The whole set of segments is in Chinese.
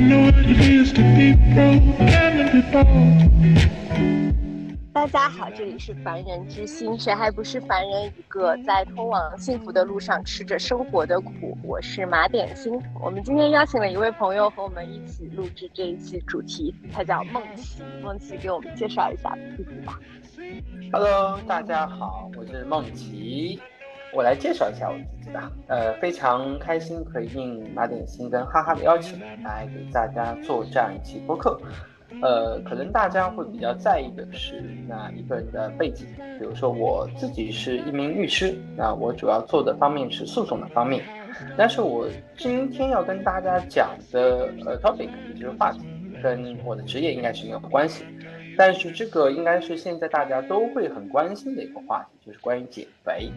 大家好，这里是凡人之心，谁还不是凡人一个，在通往幸福的路上吃着生活的苦。我是马点心，我们今天邀请了一位朋友和我们一起录制这一期主题，他叫梦琪。梦琪给我们介绍一下自己吧。 Hello，大家好，我是梦琪，我来介绍一下我自己吧。非常开心可以应马点心跟哈哈的邀请，来给大家做这样一期播客。可能大家会比较在意的是那一个人的背景，比如说我自己是一名律师，那我主要做的方面是诉讼的方面，但是我今天要跟大家讲的topic 也就是话题，跟我的职业应该是没有关系。但是这个应该是现在大家都会很关心的一个话题，就是关于减肥。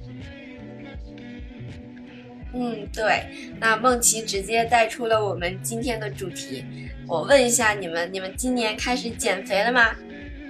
对，那梦琪直接带出了我们今天的主题。我问一下你们今年开始减肥了吗？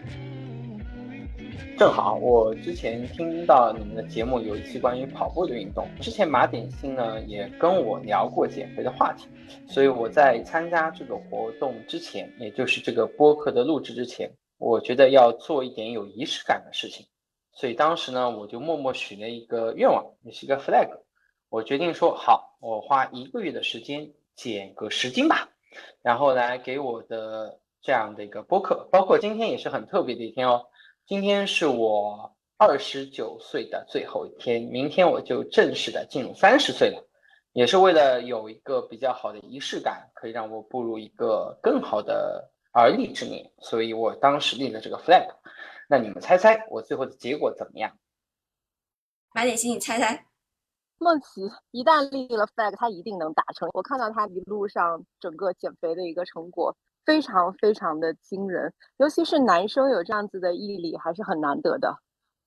正好我之前听到你们的节目有一期关于跑步的运动，之前马点心呢也跟我聊过减肥的话题，所以我在参加这个活动之前，也就是这个播客的录制之前，我觉得要做一点有仪式感的事情，所以当时呢我就默默许了一个愿望，也是一个 flag， 我决定说好，我花1个月的时间减个10斤吧，然后来给我的这样的一个播客，包括今天也是很特别的一天哦。今天是我29岁的最后一天，明天我就正式的进入30岁了，也是为了有一个比较好的仪式感，可以让我步入一个更好的而立之年，所以我当时立了这个 flag。那你们猜猜我最后的结果怎么样？ 马点心，你猜猜。 梦琪一旦立了 flag，他一定能达成。我看到他一路上整个减肥的一个成果，非常非常的惊人，尤其是男生有这样子的毅力，还是很难得的。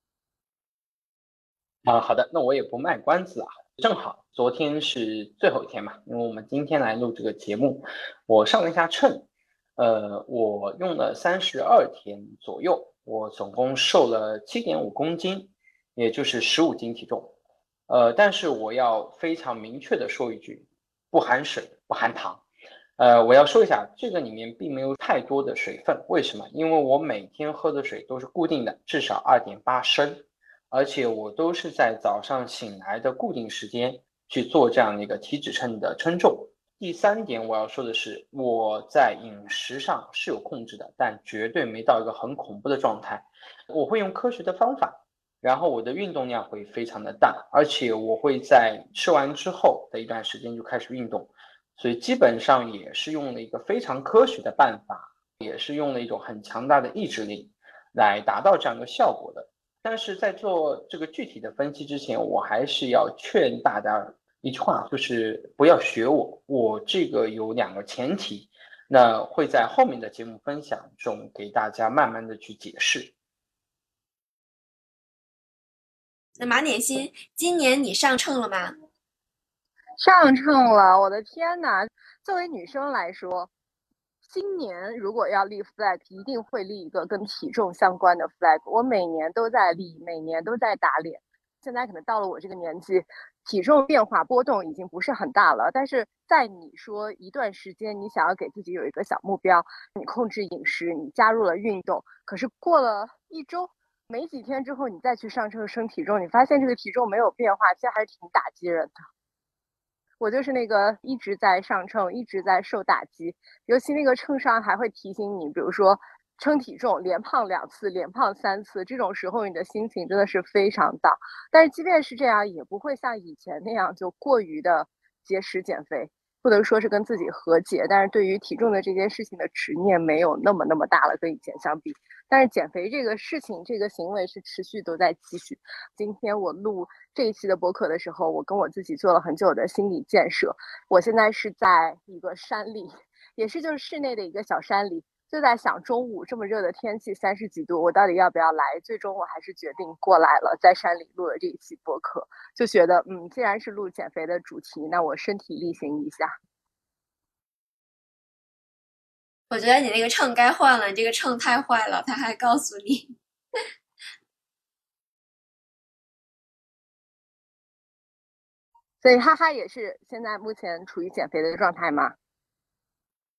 好的，那我也不卖关子啊，正好昨天是最后一天嘛，因为我们今天来录这个节目，我上了一下秤，我用了32天左右，我总共瘦了7.5公斤，也就是15斤体重，但是我要非常明确的说一句，不含水，不含糖。我要说一下，这个里面并没有太多的水分，为什么？因为我每天喝的水都是固定的，至少2.8升，而且我都是在早上醒来的固定时间去做这样的一个体脂秤的称重。第三点我要说的是，我在饮食上是有控制的，但绝对没到一个很恐怖的状态。我会用科学的方法，然后我的运动量会非常的大，而且我会在吃完之后的一段时间就开始运动。所以基本上也是用了一个非常科学的办法，也是用了一种很强大的意志力来达到这样一个效果的。但是在做这个具体的分析之前，我还是要劝大家一句话，就是不要学我。我这个有2个前提，那会在后面的节目分享中给大家慢慢的去解释。 那马点心，今年你上秤了吗？ 上秤了，我的天哪！作为女生来说，今年如果要立 flag，一定会立一个跟体重相关的 flag。我每年都在立，每年都在打脸。现在可能到了我这个年纪，体重变化波动已经不是很大了。但是在你说一段时间，你想要给自己有一个小目标，你控制饮食，你加入了运动，可是过了1周，没几天之后，你再去上秤升体重，你发现这个体重没有变化，其实还是挺打击人的。我就是那个一直在上秤，一直在受打击，尤其那个秤上还会提醒你，比如说称体重，连胖2次，连胖3次，这种时候你的心情真的是非常大。但是即便是这样，也不会像以前那样就过于的节食减肥，不能说是跟自己和解，但是对于体重的这件事情的执念没有那么大了，跟以前相比。但是减肥这个事情，这个行为是持续都在继续。今天我录这一期的博客的时候，我跟我自己做了很久的心理建设。我现在是在一个山里，也是就是室内的一个小山里，就在想中午这么热的天气30几度，我到底要不要来？最终我还是决定过来了，在山里录了这一期博客，就觉得既然是录减肥的主题，那我身体力行一下。 我觉得你那个秤该换了，你这个秤太坏了，他还告诉你。 所以哈哈也是现在目前处于减肥的状态吗？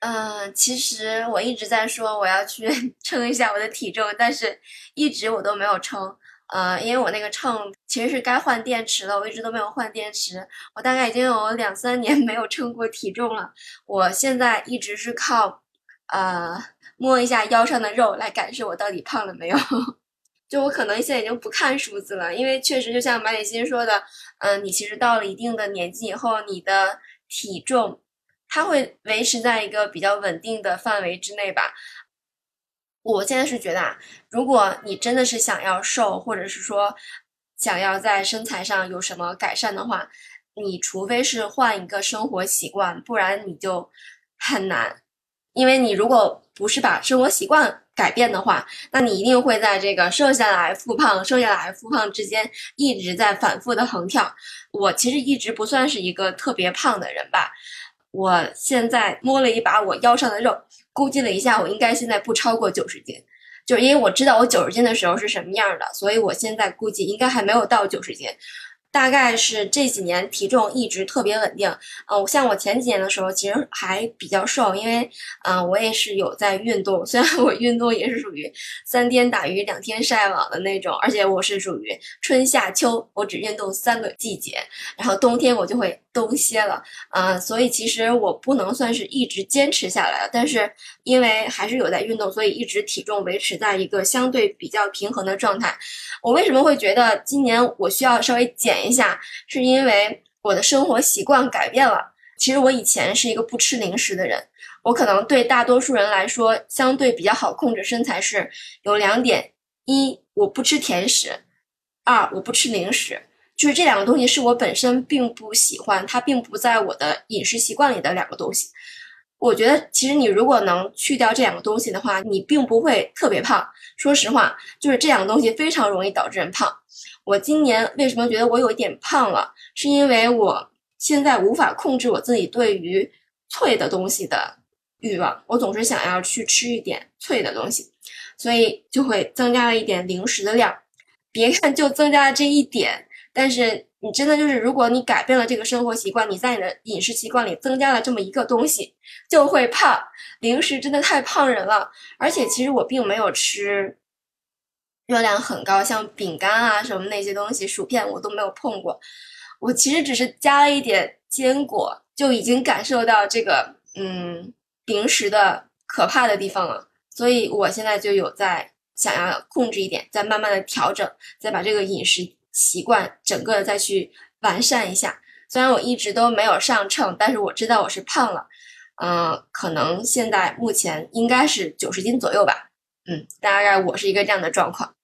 其实我一直在说我要去称一下我的体重，但是一直我都没有称。因为我那个秤其实是该换电池了，我一直都没有换电池。我大概已经有2-3年没有称过体重了。我现在一直是靠摸一下腰上的肉来感受我到底胖了没有。就我可能现在已经不看数字了，因为确实就像马里欣说的，你其实到了一定的年纪以后，你的体重它会维持在一个比较稳定的范围之内吧。我现在是觉得如果你真的是想要瘦，或者是说想要在身材上有什么改善的话，你除非是换一个生活习惯，不然你就很难。因为你如果不是把生活习惯改变的话，那你一定会在这个瘦下来复胖、瘦下来复胖之间一直在反复的横跳。我其实一直不算是一个特别胖的人吧，我现在摸了一把我腰上的肉，估计了一下，我应该现在不超过90斤。就是因为我知道我90斤的时候是什么样的，所以我现在估计应该还没有到90斤。大概是这几年体重一直特别稳定。像我前几年的时候其实还比较瘦，因为我也是有在运动，虽然我运动也是属于3天打鱼2天晒网的那种，而且我是属于春夏秋我只运动3个季节，然后冬天我就会冬歇了。所以其实我不能算是一直坚持下来了，但是因为还是有在运动，所以一直体重维持在一个相对比较平衡的状态。我为什么会觉得今年我需要稍微减一下，是因为我的生活习惯改变了。其实我以前是一个不吃零食的人，我可能对大多数人来说相对比较好控制身材是有2点：一，我不吃甜食；二，我不吃零食。就是这2个东西是我本身并不喜欢，它并不在我的饮食习惯里的2个东西。我觉得其实你如果能去掉这2个东西的话，你并不会特别胖。说实话，就是这2个东西非常容易导致人胖。我今年为什么觉得我有一点胖了，是因为我现在无法控制我自己对于脆的东西的欲望，我总是想要去吃一点脆的东西，所以就会增加了一点零食的量。别看就增加了这一点，但是你真的就是如果你改变了这个生活习惯，你在你的饮食习惯里增加了这么一个东西，就会胖。零食真的太胖人了。而且其实我并没有吃热量很高，像饼干啊什么那些东西，薯片我都没有碰过。我其实只是加了一点坚果，就已经感受到这个零食的可怕的地方了。所以我现在就有在想要控制一点，再慢慢的调整，再把这个饮食习惯整个再去完善一下。虽然我一直都没有上秤，但是我知道我是胖了。可能现在目前应该是90斤左右吧。大概我是一个这样的状况。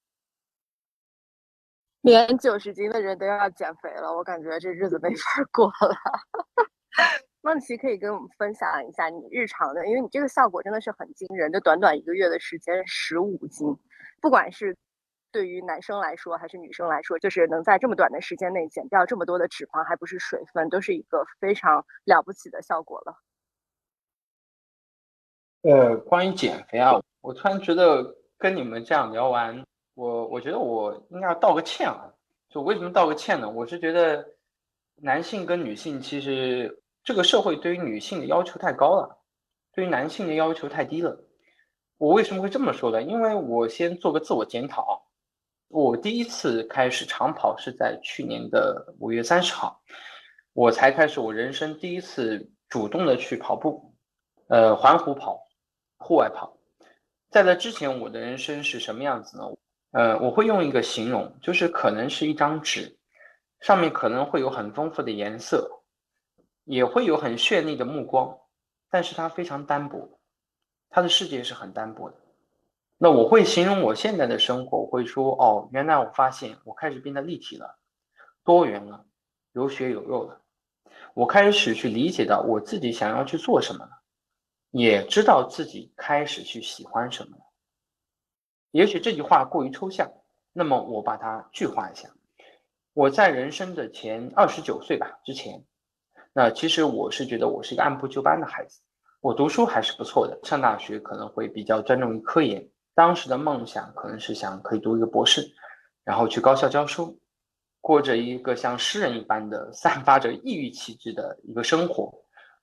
连90斤的人都要减肥了，我感觉这日子没法过了。梦琪可以跟我们分享一下你日常的，因为你这个效果真的是很惊人，就短短1个月的时间15斤，不管是对于男生来说还是女生来说，就是能在这么短的时间内减掉这么多的脂肪，还不是水分，都是一个非常了不起的效果了。 关于减肥啊，我突然觉得跟你们这样聊完，我觉得我应该要道个歉啊。就为什么道个歉呢？我是觉得男性跟女性其实这个社会对于女性的要求太高了，对于男性的要求太低了。我为什么会这么说呢？因为我先做个自我检讨。我第一次开始长跑是在去年的5月30号，我才开始我人生第一次主动的去跑步，环湖跑。户外跑。在这之前我的人生是什么样子呢？我会用一个形容，就是可能是一张纸，上面可能会有很丰富的颜色，也会有很绚丽的目光，但是它非常单薄，它的世界是很单薄的。那我会形容我现在的生活，我会说，原来我发现我开始变得立体了，多元了，有血有肉了。我开始去理解到我自己想要去做什么了，也知道自己开始去喜欢什么了。也许这句话过于抽象，那么我把它具化一下。我在人生的前29岁吧之前，那其实我是觉得我是一个按部就班的孩子，我读书还是不错的，上大学可能会比较专注于科研，当时的梦想可能是想可以读一个博士，然后去高校教书，过着一个像诗人一般的散发着异域气质的一个生活。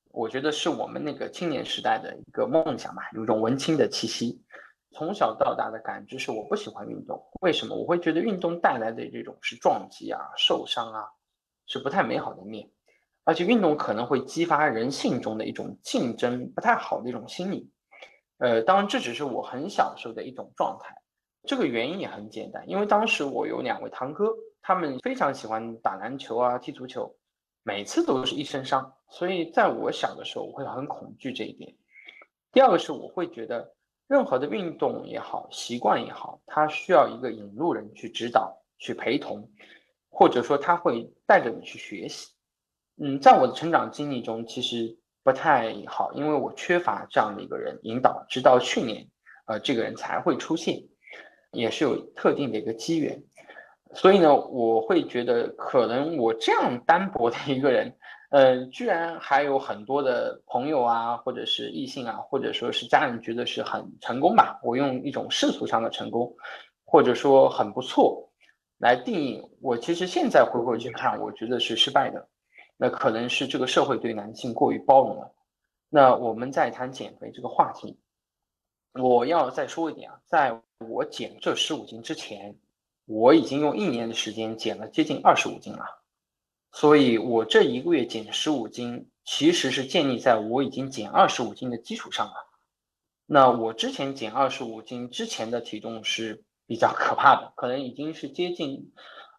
我觉得是我们那个青年时代的一个梦想吧，有一种文青的气息。从小到大的感知是我不喜欢运动，为什么？我会觉得运动带来的这种是撞击啊、受伤啊，是不太美好的一面。而且运动可能会激发人性中的一种竞争不太好的一种心理。当然这只是我很小时候的一种状态。这个原因也很简单，因为当时我有2位堂哥，他们非常喜欢打篮球啊、踢足球，每次都是一身伤，所以在我小的时候，我会很恐惧这一点。第二个是我会觉得，任何的运动也好，习惯也好，它需要一个引路人去指导、去陪同，或者说他会带着你去学习。在我的成长经历中，其实不太好，因为我缺乏这样的一个人引导，直到去年，这个人才会出现，也是有特定的一个机缘。所以呢，我会觉得可能我这样单薄的一个人，居然还有很多的朋友啊，或者是异性啊，或者说是家人觉得是很成功吧。我用一种世俗上的成功，或者说很不错来定义我。其实现在回过去看，我觉得是失败的。那可能是这个社会对男性过于包容了。那我们在谈减肥这个话题，我要再说一点啊，在我减这15斤之前，我已经用1年的时间减了接近25斤了。所以我这1个月减15斤，其实是建立在我已经减25斤的基础上了。那我之前减25斤之前的体重是比较可怕的，可能已经是接近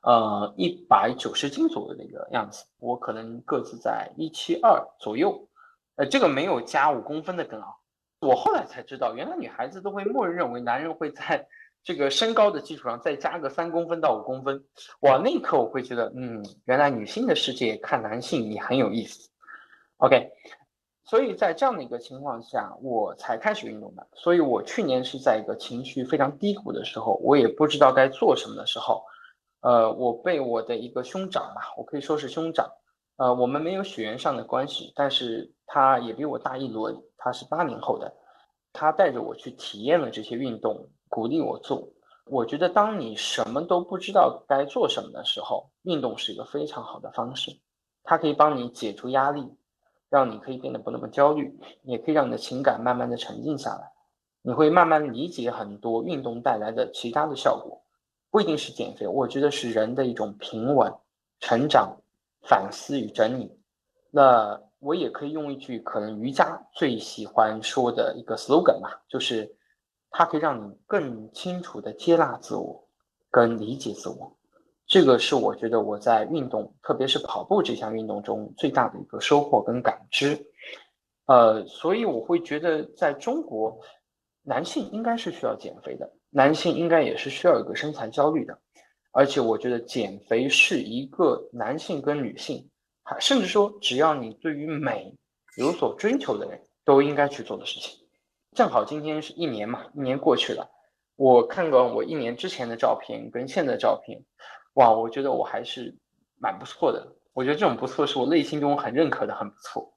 190斤左右的一个样子。我可能个子在172左右，这个没有加5公分的根啊。我后来才知道，原来女孩子都会默认认为男人会在这个身高的基础上再加个3公分到5公分。哇，那一刻我会觉得，原来女性的世界看男性也很有意思。OK，所以在这样的一个情况下，我才开始运动的。所以我去年是在一个情绪非常低谷的时候，我也不知道该做什么的时候，我被我的一个兄长吧，我可以说是兄长，我们没有血缘上的关系，但是他也比我大一轮，他是80后的，他带着我去体验了这些运动，鼓励我做。我觉得当你什么都不知道该做什么的时候，运动是一个非常好的方式，它可以帮你解除压力，让你可以变得不那么焦虑，也可以让你的情感慢慢的沉静下来。你会慢慢理解很多运动带来的其他的效果，不一定是减肥，我觉得是人的一种平稳、成长、反思与整理。那我也可以用一句可能瑜伽最喜欢说的一个 slogan 嘛，就是它可以让你更清楚的接纳自我，跟理解自我。这个是我觉得我在运动，特别是跑步这项运动中最大的一个收获跟感知。所以我会觉得在中国，男性应该是需要减肥的，男性应该也是需要有个身材焦虑的。而且我觉得减肥是一个男性跟女性，甚至说只要你对于美有所追求的人都应该去做的事情。正好今天是1年嘛，1年过去了，我看过我1年之前的照片跟现在的照片，哇，我觉得我还是蛮不错的。我觉得这种不错是我内心中很认可的，很不错。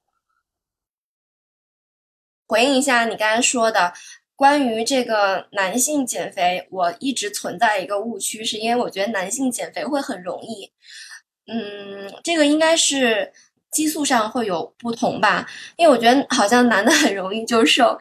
回应一下你刚才说的关于这个男性减肥，我一直存在一个误区，是因为我觉得男性减肥会很容易。这个应该是激素上会有不同吧，因为我觉得好像男的很容易就瘦。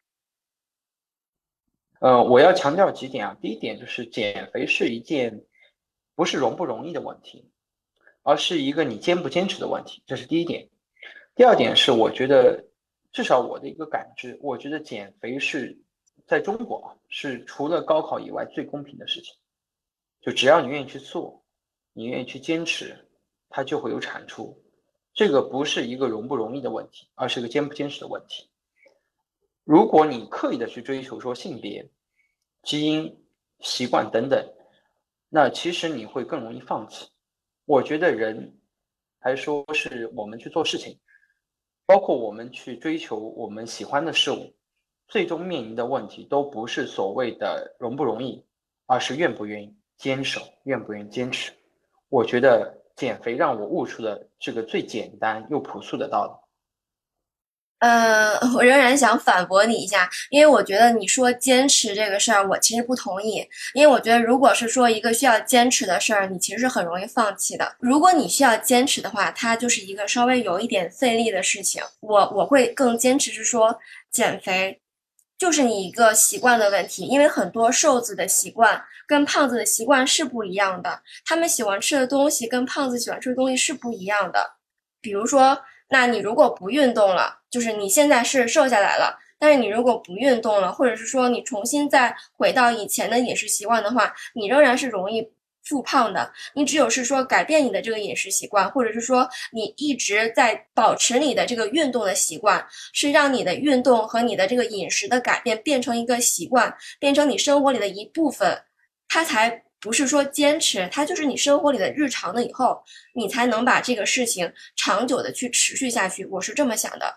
我要强调几点啊。第一点就是减肥是一件不是容不容易的问题，而是一个你坚不坚持的问题，这是第一点。第二点是我觉得，至少我的一个感知，我觉得减肥是在中国是除了高考以外最公平的事情。就只要你愿意去做，你愿意去坚持，它就会有产出。这个不是一个容不容易的问题，而是一个坚不坚持的问题。如果你刻意的去追求说性别、基因、习惯等等，那其实你会更容易放弃。我觉得人还说是我们去做事情，包括我们去追求我们喜欢的事物，最终面临的问题都不是所谓的容不容易，而是愿不愿意坚守，愿不愿意坚持。我觉得减肥让我悟出了这个最简单又朴素的道理。 我仍然想反驳你一下，因为我觉得你说坚持这个事儿，我其实不同意。因为我觉得，如果是说一个需要坚持的事儿，你其实是很容易放弃的。如果你需要坚持的话，它就是一个稍微有一点费力的事情。我会更坚持是说，减肥就是你一个习惯的问题，因为很多瘦子的习惯跟胖子的习惯是不一样的，他们喜欢吃的东西跟胖子喜欢吃的东西是不一样的。比如说，那你如果不运动了，就是你现在是瘦下来了，但是你如果不运动了，或者是说你重新再回到以前的饮食习惯的话，你仍然是容易复胖的。你只有是说改变你的这个饮食习惯，或者是说你一直在保持你的这个运动的习惯，是让你的运动和你的这个饮食的改变变成一个习惯，变成你生活里的一部分，它才不是说坚持，它就是你生活里的日常的以后，你才能把这个事情长久的去持续下去。我是这么想的。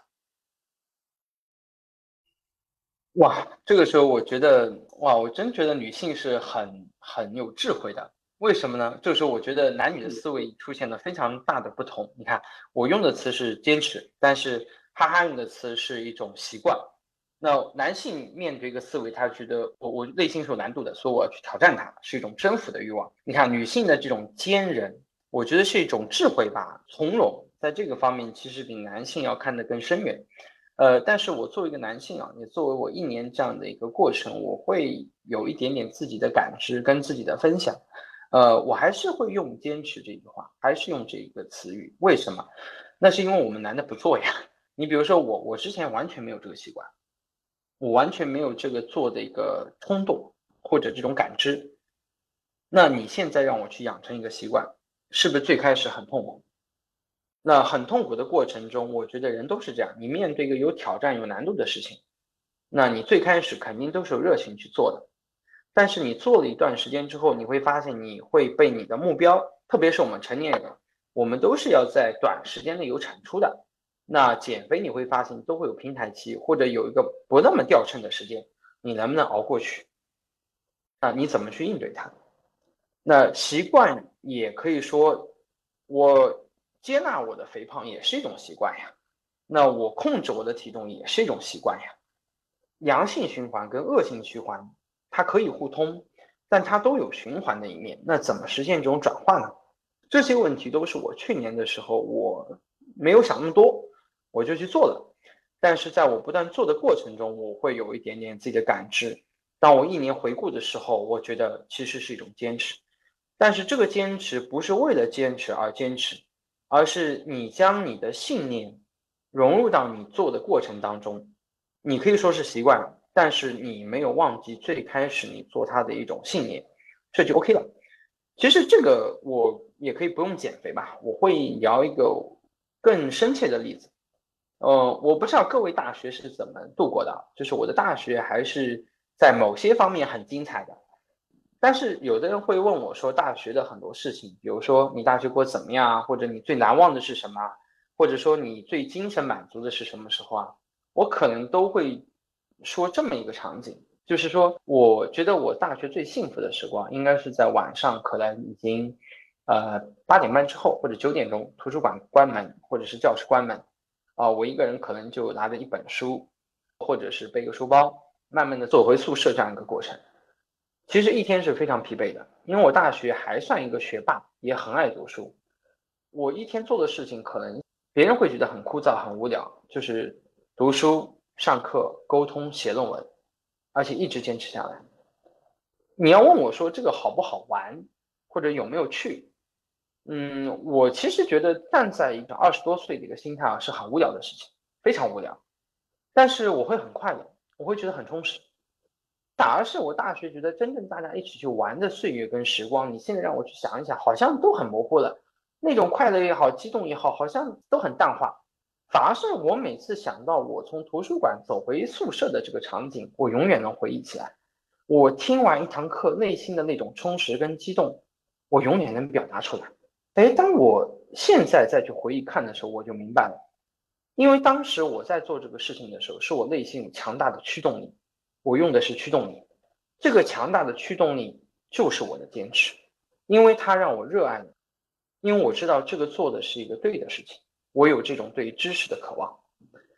哇，这个时候我觉得，哇，我真觉得女性是很有智慧的。为什么呢？这个时候我觉得男女的思维出现了非常大的不同。你看，我用的词是坚持，但是哈哈用的词是一种习惯。那男性面对一个思维，他觉得我内心是有难度的，所以我要去挑战它，是一种征服的欲望。你看，女性的这种坚韧，我觉得是一种智慧吧，从容，在这个方面其实比男性要看得更深远。但是我作为一个男性啊，也作为我1年这样的一个过程，我会有一点点自己的感知跟自己的分享。我还是会用坚持这句话，还是用这个词语。为什么？那是因为我们男的不做呀。你比如说我之前完全没有这个习惯，我完全没有这个做的一个冲动或者这种感知。那你现在让我去养成一个习惯，是不是最开始很痛苦？那很痛苦的过程中，我觉得人都是这样，你面对一个有挑战、有难度的事情，那你最开始肯定都是有热情去做的。但是你做了一段时间之后，你会发现你会被你的目标，特别是我们成年人，我们都是要在短时间内有产出的。那减肥你会发现都会有平台期，或者有一个不那么掉秤的时间，你能不能熬过去？啊，你怎么去应对它？那习惯也可以说，我接纳我的肥胖也是一种习惯呀。那我控制我的体重也是一种习惯呀。良性循环跟恶性循环，它可以互通，但它都有循环的一面。那怎么实现这种转化呢？这些问题都是我去年的时候我没有想那么多，我就去做了。但是在我不断做的过程中，我会有一点点自己的感知。当我1年回顾的时候，我觉得其实是一种坚持。但是这个坚持不是为了坚持而坚持，而是你将你的信念融入到你做的过程当中。你可以说是习惯，但是你没有忘记最开始你做它的一种信念，这就 OK 了。其实这个我也可以不用减肥吧，我会聊一个更深切的例子。我不知道各位大学是怎么度过的，就是我的大学还是在某些方面很精彩的。但是有的人会问我说，大学的很多事情，比如说你大学过怎么样啊，或者你最难忘的是什么，或者说你最精神满足的是什么时候啊？我可能都会说这么一个场景，就是说，我觉得我大学最幸福的时光，应该是在晚上可能已经8点半之后，或者9点钟，图书馆关门，或者是教室关门，我一个人可能就拿着一本书，或者是背个书包，慢慢的走回宿舍这样一个过程。其实一天是非常疲惫的，因为我大学还算一个学霸，也很爱读书。我一天做的事情可能别人会觉得很枯燥、很无聊，就是读书、上课、沟通、写论文，而且一直坚持下来。你要问我说这个好不好玩，或者有没有趣？我其实觉得站在一个20多岁的一个心态是很无聊的事情，非常无聊。但是我会很快乐，我会觉得很充实。反而是我大学觉得真正大家一起去玩的岁月跟时光，你现在让我去想一想，好像都很模糊了。那种快乐也好，激动也好，好像都很淡化。反而是我每次想到我从图书馆走回宿舍的这个场景，我永远能回忆起来。我听完一堂课，内心的那种充实跟激动，我永远能表达出来。当我现在再去回忆看的时候，我就明白了。因为当时我在做这个事情的时候，是我内心有强大的驱动力，我用的是驱动力。这个强大的驱动力就是我的坚持，因为它让我热爱了，因为我知道这个做的是一个对的事情，我有这种对知识的渴望。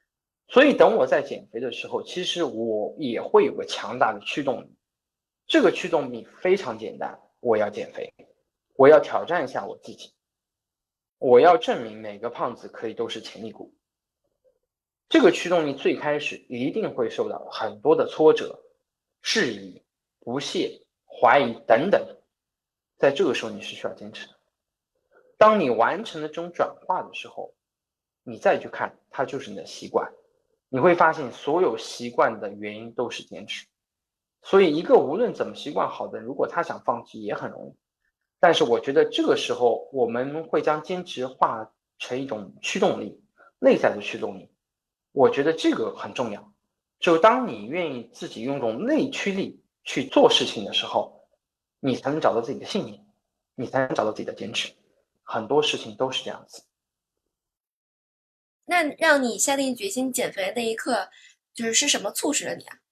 所以等我在减肥的时候，其实我也会有个强大的驱动力。这个驱动力非常简单，我要减肥，我要挑战一下我自己，我要证明每个胖子可以都是潜力股。这个驱动力最开始一定会受到很多的挫折、质疑、不屑、怀疑等等，在这个时候你是需要坚持的。当你完成了这种转化的时候，你再去看它就是你的习惯，你会发现所有习惯的原因都是坚持。所以一个无论怎么习惯好的人，如果他想放弃也很容易。但是我觉得这个时候我们会将坚持化成一种驱动力，内在的驱动力。我觉得这个很重要。就当你愿意自己用这种内驱力去做事情的时候，你才能找到自己的信念，你才能找到自己的坚持。很多事情都是这样子。 那让你下定决心减肥的那一刻，是什么促使了你啊？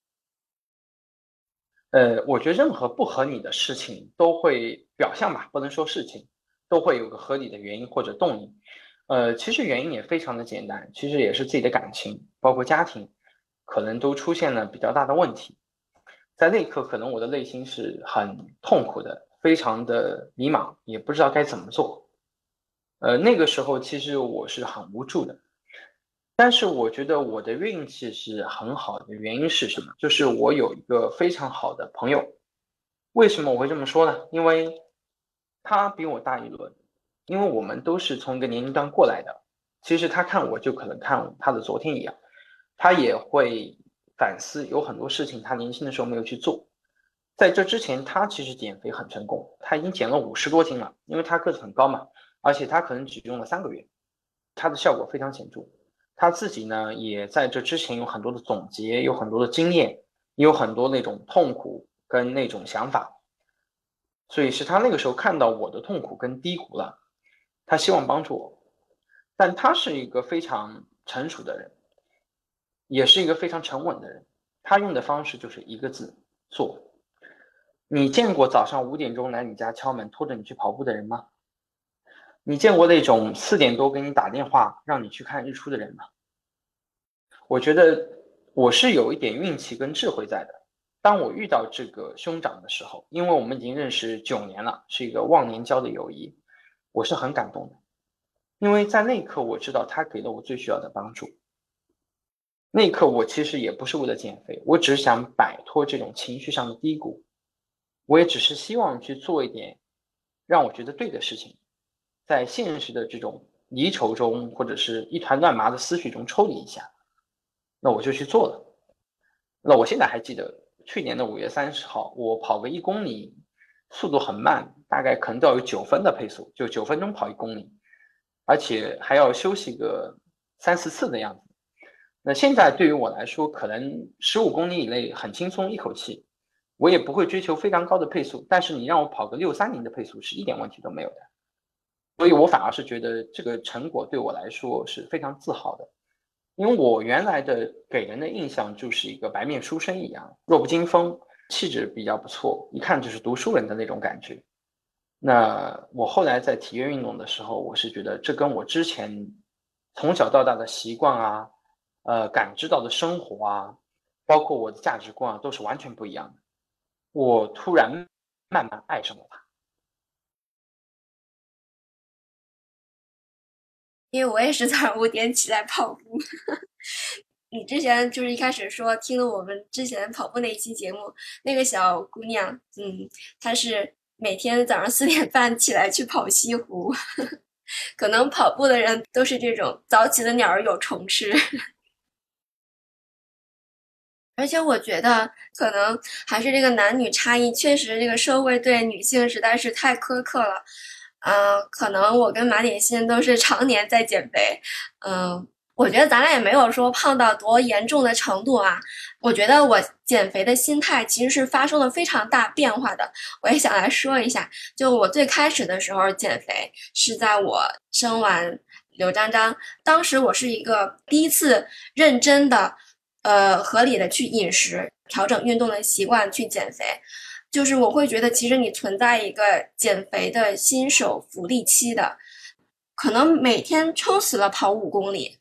我觉得任何不合理的事情都会表象吧，不能说事情，都会有个合理的原因或者动力。其实原因也非常的简单，其实也是自己的感情，包括家庭，可能都出现了比较大的问题。在那一刻，可能我的内心是很痛苦的，非常的迷茫，也不知道该怎么做。那个时候其实我是很无助的。但是我觉得我的运气是很好的，原因是什么？就是我有一个非常好的朋友。为什么我会这么说呢？因为他比我大一轮，因为我们都是从一个年龄段过来的。其实他看我就可能看他的昨天一样，他也会反思，有很多事情他年轻的时候没有去做。在这之前，他其实减肥很成功，他已经减了50多斤了，因为他个子很高嘛，而且他可能只用了3个月，他的效果非常显著。他自己呢，也在这之前有很多的总结，有很多的经验，也有很多那种痛苦跟那种想法，所以是他那个时候看到我的痛苦跟低谷了，他希望帮助我。但他是一个非常成熟的人，也是一个非常沉稳的人，他用的方式就是一个字：做。你见过早上5点钟来你家敲门拖着你去跑步的人吗？你见过那种4点多给你打电话让你去看日出的人吗？我觉得我是有一点运气跟智慧在的。当我遇到这个兄长的时候，因为我们已经认识9年了，是一个忘年交的友谊，我是很感动的。因为在那一刻我知道他给了我最需要的帮助。那一刻我其实也不是为了减肥，我只是想摆脱这种情绪上的低谷，我也只是希望去做一点让我觉得对的事情，在现实的这种离愁中或者是一团乱麻的思绪中抽离一下，那我就去做了。那我现在还记得去年的5月30号，我跑个1公里，速度很慢，大概可能都要有9分的配速，就9分钟跑1公里，而且还要休息个3、4次的样子。那现在对于我来说，可能15公里以内很轻松一口气，我也不会追求非常高的配速，但是你让我跑个630的配速是一点问题都没有的。所以我反而是觉得这个成果对我来说是非常自豪的。因为我原来的给人的印象就是一个白面书生一样，弱不禁风，气质比较不错，一看就是读书人的那种感觉。那我后来在体育运动的时候，我是觉得这跟我之前从小到大的习惯啊，感知到的生活啊，包括我的价值观啊，都是完全不一样的。我突然慢慢爱上了它。 因为我也是早上5点起来跑步。你之前一开始说听了我们之前跑步那一期节目，那个小姑娘，她是每天早上4点半起来去跑西湖。可能跑步的人都是这种早起的鸟儿有虫吃。而且我觉得可能还是这个男女差异，确实这个社会对女性实在是太苛刻了。可能我跟马点心都是常年在减肥。我觉得咱俩也没有说胖到多严重的程度啊。我觉得我减肥的心态其实是发生了非常大变化的。我也想来说一下，就我最开始的时候减肥是在我生完刘璋璋，当时我是一个第一次认真的合理的去饮食，调整运动的习惯去减肥。就是我会觉得其实你存在一个减肥的新手福利期的，可能每天撑死了跑5公里，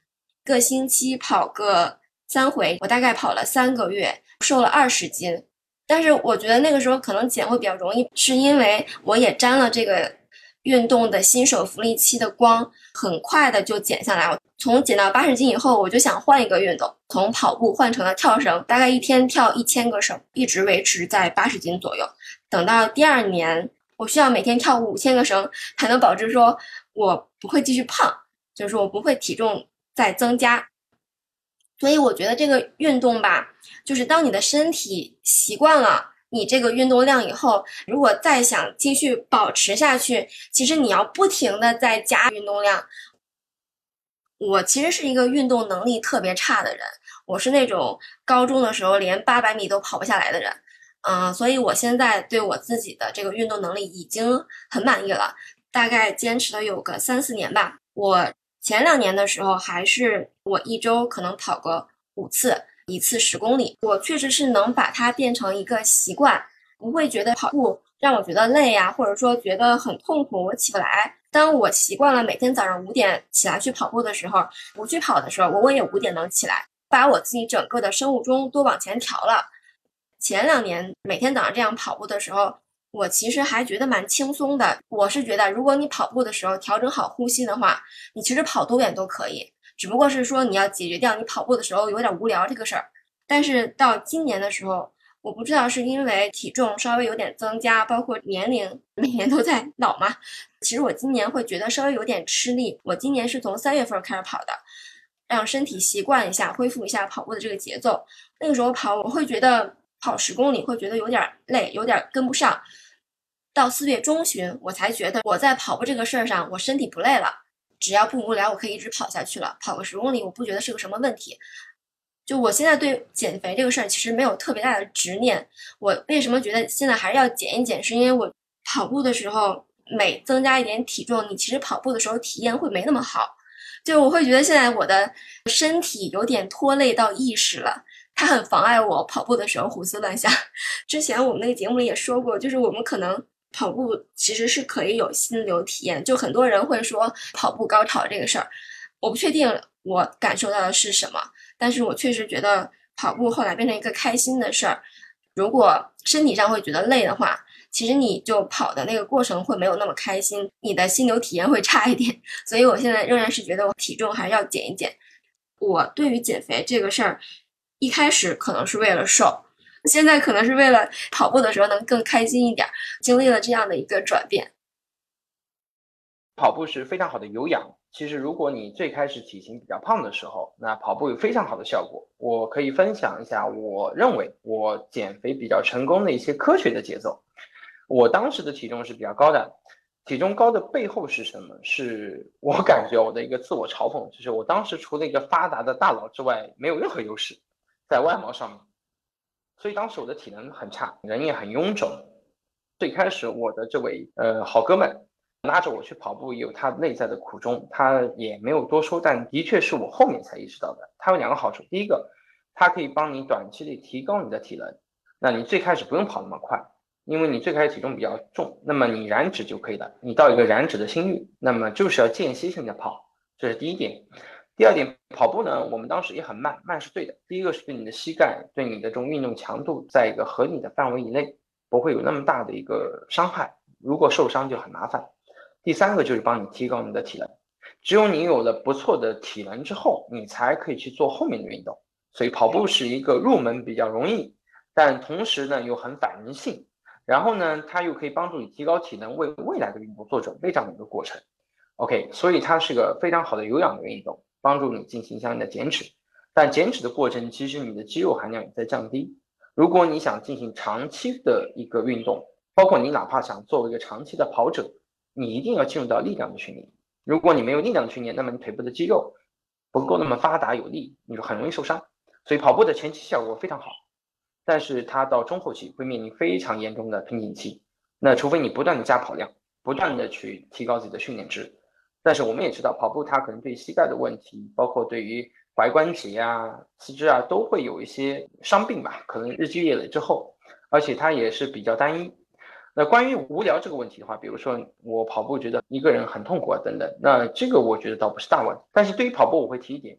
个星期跑个3回，我大概跑了3个月，瘦了20斤。但是我觉得那个时候可能减会比较容易，是因为我也沾了这个运动的新手福利期的光，很快的就减下来。我从减到80斤以后，我就想换一个运动，从跑步换成了跳绳，大概一天跳1000个绳，一直维持在80斤左右。等到第2年，我需要每天跳5000个绳，才能保证说我不会继续胖，就是说我不会体重再增加。所以我觉得这个运动吧，就是当你的身体习惯了你这个运动量以后，如果再想继续保持下去，其实你要不停的在加运动量。我其实是一个运动能力特别差的人，我是那种高中的时候连800米都跑不下来的人。所以我现在对我自己的这个运动能力已经很满意了，大概坚持了有个3、4年吧。我前2年的时候还是我一周可能跑个5次，1次10公里，我确实是能把它变成一个习惯，不会觉得跑步让我觉得累呀，或者说觉得很痛苦，我起不来。当我习惯了每天早上5点起来去跑步的时候，不去跑的时候，我也5点能起来，把我自己整个的生物钟都往前调了。前2年每天早上这样跑步的时候，我其实还觉得蛮轻松的。我是觉得如果你跑步的时候调整好呼吸的话，你其实跑多远都可以，只不过是说你要解决掉你跑步的时候有点无聊这个事儿。但是到今年的时候，我不知道是因为体重稍微有点增加，包括年龄每年都在老嘛，其实我今年会觉得稍微有点吃力。我今年是从3月份开始跑的，让身体习惯一下，恢复一下跑步的这个节奏。那个时候跑我会觉得跑10公里会觉得有点累，有点跟不上。到4月中旬我才觉得我在跑步这个事儿上我身体不累了，只要不无聊我可以一直跑下去了，跑个10公里我不觉得是个什么问题。就我现在对减肥这个事儿其实没有特别大的执念。我为什么觉得现在还是要减一减，是因为我跑步的时候每增加一点体重，你其实跑步的时候体验会没那么好。就我会觉得现在我的身体有点拖累到意识了，它很妨碍我跑步的时候胡思乱想。之前我们那个节目里也说过，就是我们可能跑步其实是可以有心流体验，就很多人会说跑步高潮这个事儿，我不确定我感受到的是什么，但是我确实觉得跑步后来变成一个开心的事儿。如果身体上会觉得累的话，其实你就跑的那个过程会没有那么开心，你的心流体验会差一点。所以我现在仍然是觉得我体重还是要减一减。我对于减肥这个事儿，一开始可能是为了瘦，现在可能是为了跑步的时候能更开心一点，经历了这样的一个转变。 跑步是非常好的有氧。其实如果你最开始体型比较胖的时候，那跑步有非常好的效果。我可以分享一下我认为我减肥比较成功的一些科学的节奏。我当时的体重是比较高的，体重高的背后是什么？是我感觉我的一个自我嘲讽，就是我当时除了一个发达的大脑之外，没有任何优势在外貌上面，所以当时我的体能很差，人也很臃肿。最开始我的这位好哥们拉着我去跑步，有他内在的苦衷，他也没有多说，但的确是我后面才意识到的。它有2个好处，第一个，它可以帮你短期内提高你的体能，那你最开始不用跑那么快，因为你最开始体重比较重，那么你燃脂就可以了，你到一个燃脂的心率，那么就是要间歇性的跑，这是第一点。第二点，跑步呢，我们当时也很慢，慢是对的。第一个是对你的膝盖，对你的这种运动强度，在一个合理的范围以内，不会有那么大的一个伤害，如果受伤就很麻烦。第3个就是帮你提高你的体能，只有你有了不错的体能之后，你才可以去做后面的运动。所以跑步是一个入门比较容易，但同时呢又很反人性，然后呢它又可以帮助你提高体能，为未来的运动做准备这样的一个过程。OK， 所以它是个非常好的有氧的运动，帮助你进行相应的减脂。但减脂的过程，其实你的肌肉含量也在降低。如果你想进行长期的一个运动，包括你哪怕想作为一个长期的跑者，你一定要进入到力量的训练。如果你没有力量的训练，那么你腿部的肌肉不够那么发达有力，你就很容易受伤。所以跑步的前期效果非常好，但是它到中后期会面临非常严重的瓶颈期。那除非你不断的加跑量，不断的去提高自己的训练值。但是我们也知道，跑步它可能对膝盖的问题，包括对于踝关节啊、四肢啊，都会有一些伤病吧，可能日积月累之后，而且它也是比较单一。那关于无聊这个问题的话，比如说我跑步觉得一个人很痛苦啊等等，那这个我觉得倒不是大问题。但是对于跑步我会提一点，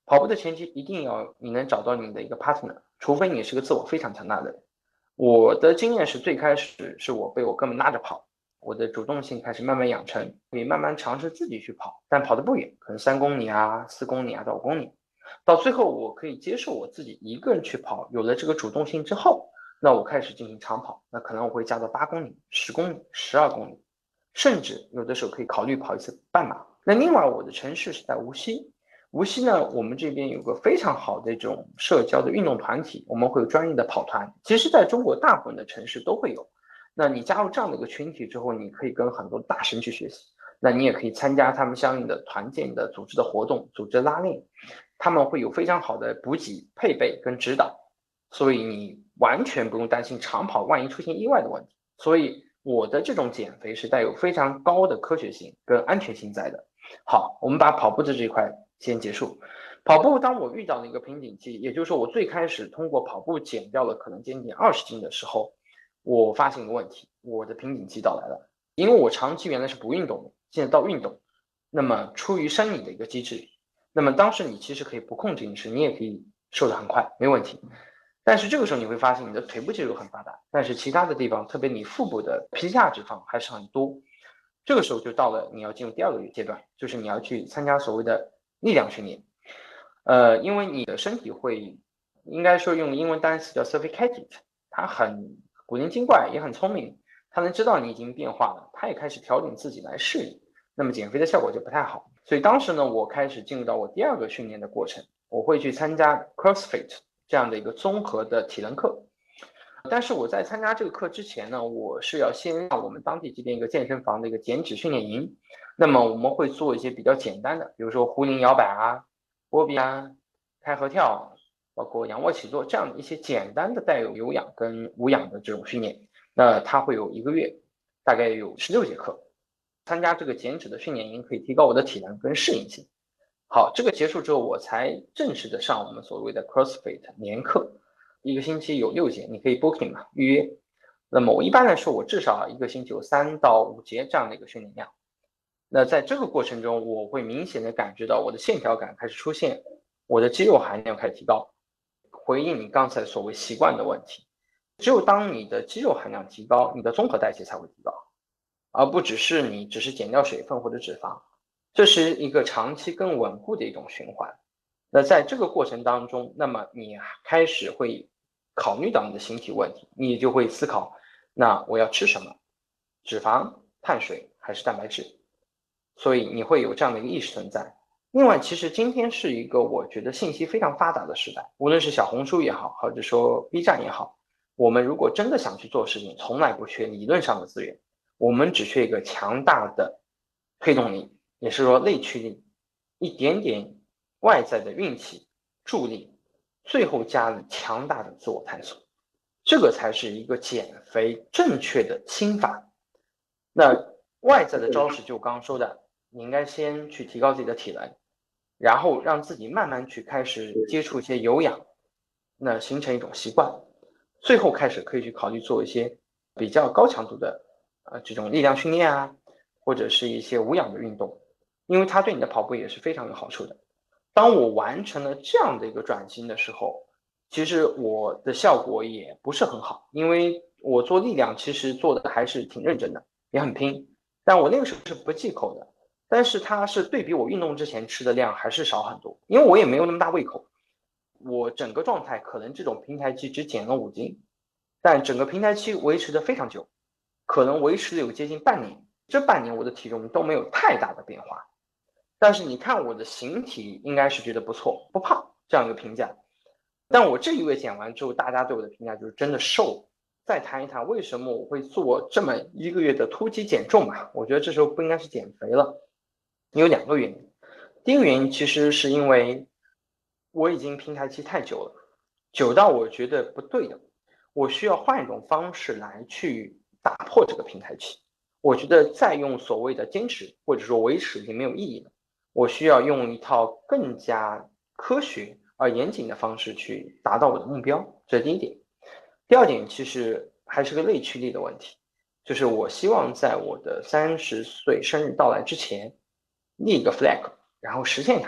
跑步的前提一定要你能找到你的一个 partner， 除非你是个自我非常强大的人。我的经验是最开始是我被我哥们拉着跑，我的主动性开始慢慢养成，可以慢慢尝试自己去跑，但跑得不远，可能3公里啊、4公里啊到5公里，到最后我可以接受我自己一个人去跑，有了这个主动性之后，那我开始进行长跑，那可能我会加到8公里、10公里、12公里，甚至有的时候可以考虑跑一次半马。那另外我的城市是在无锡，无锡呢，我们这边有个非常好的这种社交的运动团体，我们会有专业的跑团。其实在中国大部分的城市都会有。那你加入这样的一个群体之后，你可以跟很多大神去学习，那你也可以参加他们相应的团建的组织的活动，组织拉练，他们会有非常好的补给配备跟指导，所以你完全不用担心长跑万一出现意外的问题。所以我的这种减肥是带有非常高的科学性跟安全性在的。好，我们把跑步的这一块先结束。跑步当我遇到了一个瓶颈期，也就是说我最开始通过跑步减掉了可能将近20斤的时候，我发现一个问题，我的瓶颈期到来了。因为我长期原来是不运动的，现在到运动，那么出于生理的一个机制，那么当时你其实可以不控制饮食，你也可以瘦得很快，没问题。但是这个时候你会发现你的腿部肌肉很发达，但是其他的地方，特别你腹部的皮下脂肪还是很多。这个时候就到了你要进入第二个阶段，就是你要去参加所谓的力量训练。因为你的身体会，应该说用英文单词叫 sophisticated， 它很古灵精怪，也很聪明，它能知道你已经变化了，它也开始调整自己来适应。那么减肥的效果就不太好。所以当时呢，我开始进入到我第二个训练的过程，我会去参加 CrossFit 这样的一个综合的体能课。但是我在参加这个课之前呢，我是要先上我们当地这边一个健身房的一个减脂训练营。那么我们会做一些比较简单的，比如说壶铃摇摆啊、波比啊、开合跳，包括仰卧起坐这样的一些简单的带有有氧跟无氧的这种训练。那它会有1个月，大概有16节课。参加这个减脂的训练营可以提高我的体能跟适应性。好，这个结束之后，我才正式的上我们所谓的 CrossFit 年课。1个星期有6节，你可以 booking 嘛，预约。那么我一般来说，我至少1个星期有3到5节这样的一个训练量。那在这个过程中，我会明显的感觉到我的线条感开始出现，我的肌肉含量开始提高。回应你刚才所谓习惯的问题，只有当你的肌肉含量提高，你的综合代谢才会提高，而不只是你只是减掉水分或者脂肪。这是一个长期更稳固的一种循环。那在这个过程当中，那么你开始会考虑到你的形体问题，你就会思考，那我要吃什么？脂肪、碳水还是蛋白质？所以你会有这样的一个意识存在。另外，其实今天是一个我觉得信息非常发达的时代，无论是小红书也好，或者说 B 站也好，我们如果真的想去做事情，从来不缺理论上的资源，我们只缺一个强大的推动力，也是说内驱力，一点点外在的运气、助力，最后加了强大的自我探索，这个才是一个减肥正确的心法。那外在的招式就我刚刚说的，你应该先去提高自己的体能，然后让自己慢慢去开始接触一些有氧，那形成一种习惯，最后开始可以去考虑做一些比较高强度的这种力量训练啊，或者是一些无氧的运动，因为它对你的跑步也是非常有好处的。当我完成了这样的一个转型的时候，其实我的效果也不是很好，因为我做力量其实做的还是挺认真的，也很拼，但我那个时候是不忌口的，但是它是对比我运动之前吃的量还是少很多，因为我也没有那么大胃口。我整个状态可能这种平台期只减了5斤，但整个平台期维持的非常久，可能维持了有接近半年，这半年我的体重都没有太大的变化。但是你看我的形体应该是觉得不错，不胖这样一个评价。但我这1个月减完之后，大家对我的评价就是真的瘦。再谈一谈为什么我会做这么1个月的突击减重吧，我觉得这时候不应该是减肥了，有2个原因。第一个原因其实是因为我已经平台期太久了，久到我觉得不对的，我需要换一种方式来去打破这个平台期。我觉得再用所谓的坚持或者说维持已经没有意义了，我需要用一套更加科学而严谨的方式去达到我的目标，这是第一点。第二点其实还是个内驱力的问题，就是我希望在我的30岁生日到来之前立一个 flag，然后实现它。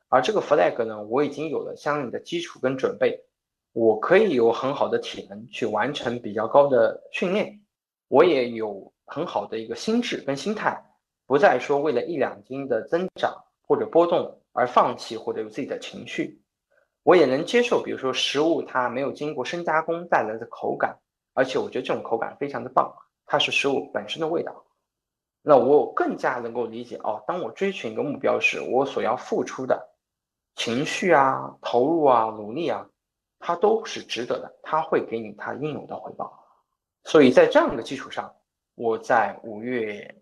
而这个 flag 呢，我已经有了相应的基础跟准备，我可以有很好的体能去完成比较高的训练，我也有很好的一个心智跟心态，不再说为了1-2斤的增长或者波动而放弃或者有自己的情绪。我也能接受，比如说食物它没有经过深加工带来的口感，而且我觉得这种口感非常的棒，它是食物本身的味道。那我更加能够理解当我追寻一个目标时，我所要付出的情绪啊、投入啊、努力啊，它都是值得的，它会给你它应有的回报。所以在这样的基础上，我在5月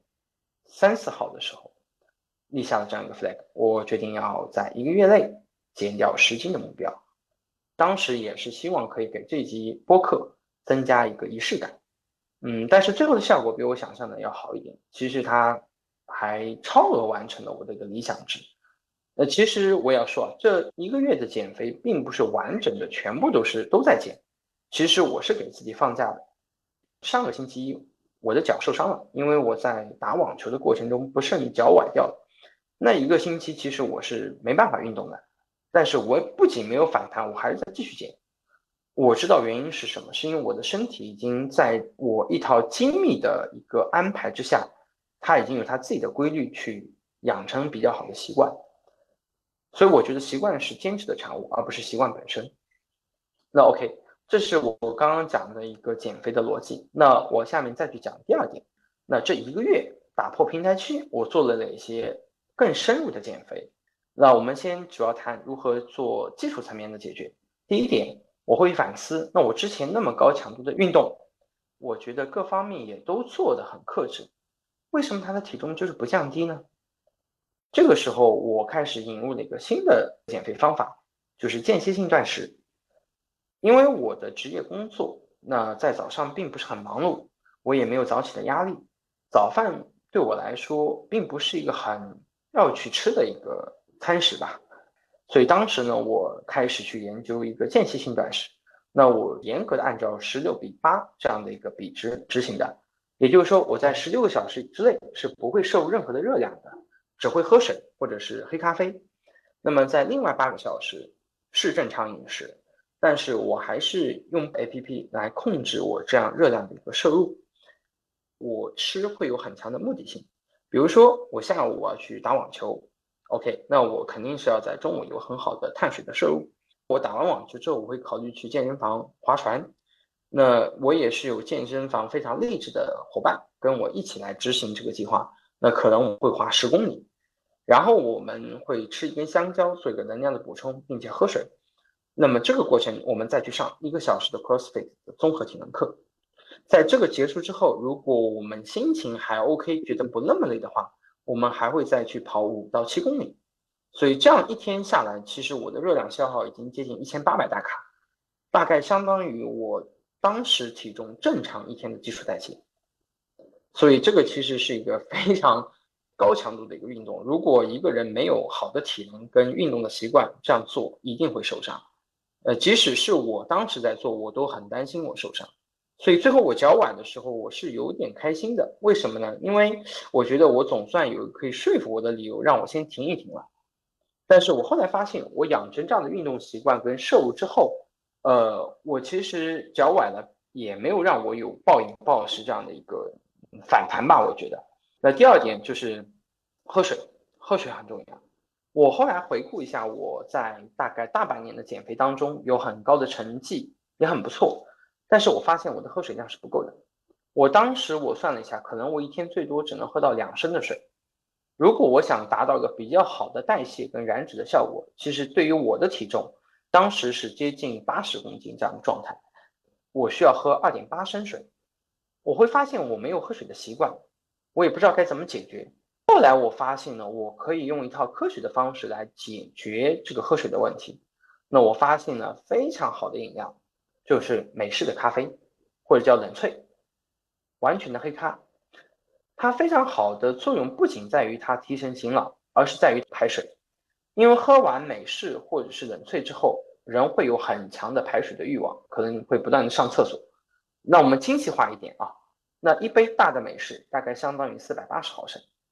3、4号的时候立下了这样一个 flag， 我决定要在1个月内减掉10斤的目标。当时也是希望可以给这集播客增加一个仪式感。但是最后的效果比我想象的要好一点，其实它还超额完成了我的一个理想值。其实我也要说这1个月的减肥并不是完整的全部都在减，其实我是给自己放假的。上个星期一我的脚受伤了，因为我在打网球的过程中不慎脚崴掉了。那1个星期其实我是没办法运动的，但是我不仅没有反弹，我还是在继续减。我知道原因是什么，是因为我的身体已经在我一套精密的一个安排之下，它已经有它自己的规律去养成比较好的习惯。所以我觉得习惯是坚持的产物，而不是习惯本身。那 OK， 这是我刚刚讲的一个减肥的逻辑。那我下面再去讲第二点。那这1个月打破平台期，我做了哪些更深入的减肥？那我们先主要谈如何做基础层面的解决。第一点，我会反思，那我之前那么高强度的运动，我觉得各方面也都做得很克制，为什么他的体重就是不降低呢？这个时候我开始引入了一个新的减肥方法，就是间歇性断食。因为我的职业工作，那在早上并不是很忙碌，我也没有早起的压力，早饭对我来说并不是一个很要去吃的一个餐食吧。所以当时呢，我开始去研究一个间歇性断食。那我严格的按照16:8这样的一个比值执行的，也就是说我在16个小时之内是不会摄入任何的热量的，只会喝水或者是黑咖啡。那么在另外8个小时是正常饮食，但是我还是用 APP 来控制我这样热量的一个摄入。我吃会有很强的目的性，比如说我下午要去打网球，OK， 那我肯定是要在中午有很好的碳水的摄入。我打完网球之后，我会考虑去健身房划船。那我也是有健身房非常励志的伙伴跟我一起来执行这个计划。那可能我会划10公里，然后我们会吃一根香蕉做一个能量的补充，并且喝水。那么这个过程我们再去上1个小时的 CrossFit 的综合体能课。在这个结束之后，如果我们心情还 OK， 觉得不那么累的话，我们还会再去跑5到7公里。所以这样一天下来，其实我的热量消耗已经接近1800大卡，大概相当于我当时体重正常一天的基础代谢。所以这个其实是一个非常高强度的一个运动。如果一个人没有好的体能跟运动的习惯，这样做一定会受伤。即使是我当时在做，我都很担心我受伤。所以最后我脚崴的时候，我是有点开心的。为什么呢？因为我觉得我总算有可以说服我的理由，让我先停一停了。但是我后来发现，我养成这样的运动习惯跟摄入之后，我其实脚崴了也没有让我有暴饮暴食这样的一个反弹吧，我觉得。那第二点就是喝水，喝水很重要。我后来回顾一下，我在大概大半年的减肥当中有很高的成绩，也很不错，但是我发现我的喝水量是不够的。当时我算了一下，可能我一天最多只能喝到2升的水。如果我想达到一个比较好的代谢跟燃脂的效果，其实对于我的体重，当时是接近80公斤这样的状态，我需要喝2.8升水。我会发现我没有喝水的习惯，我也不知道该怎么解决。后来我发现呢，我可以用一套科学的方式来解决这个喝水的问题。那我发现呢，非常好的饮料就是美式的咖啡，或者叫冷萃，完全的黑咖。它非常好的作用不仅在于它提神醒脑，而是在于排水。因为喝完美式或者是冷萃之后，人会有很强的排水的欲望，可能会不断的上厕所。那我们精细化一点啊，那一杯大的美式大概相当于480毫升。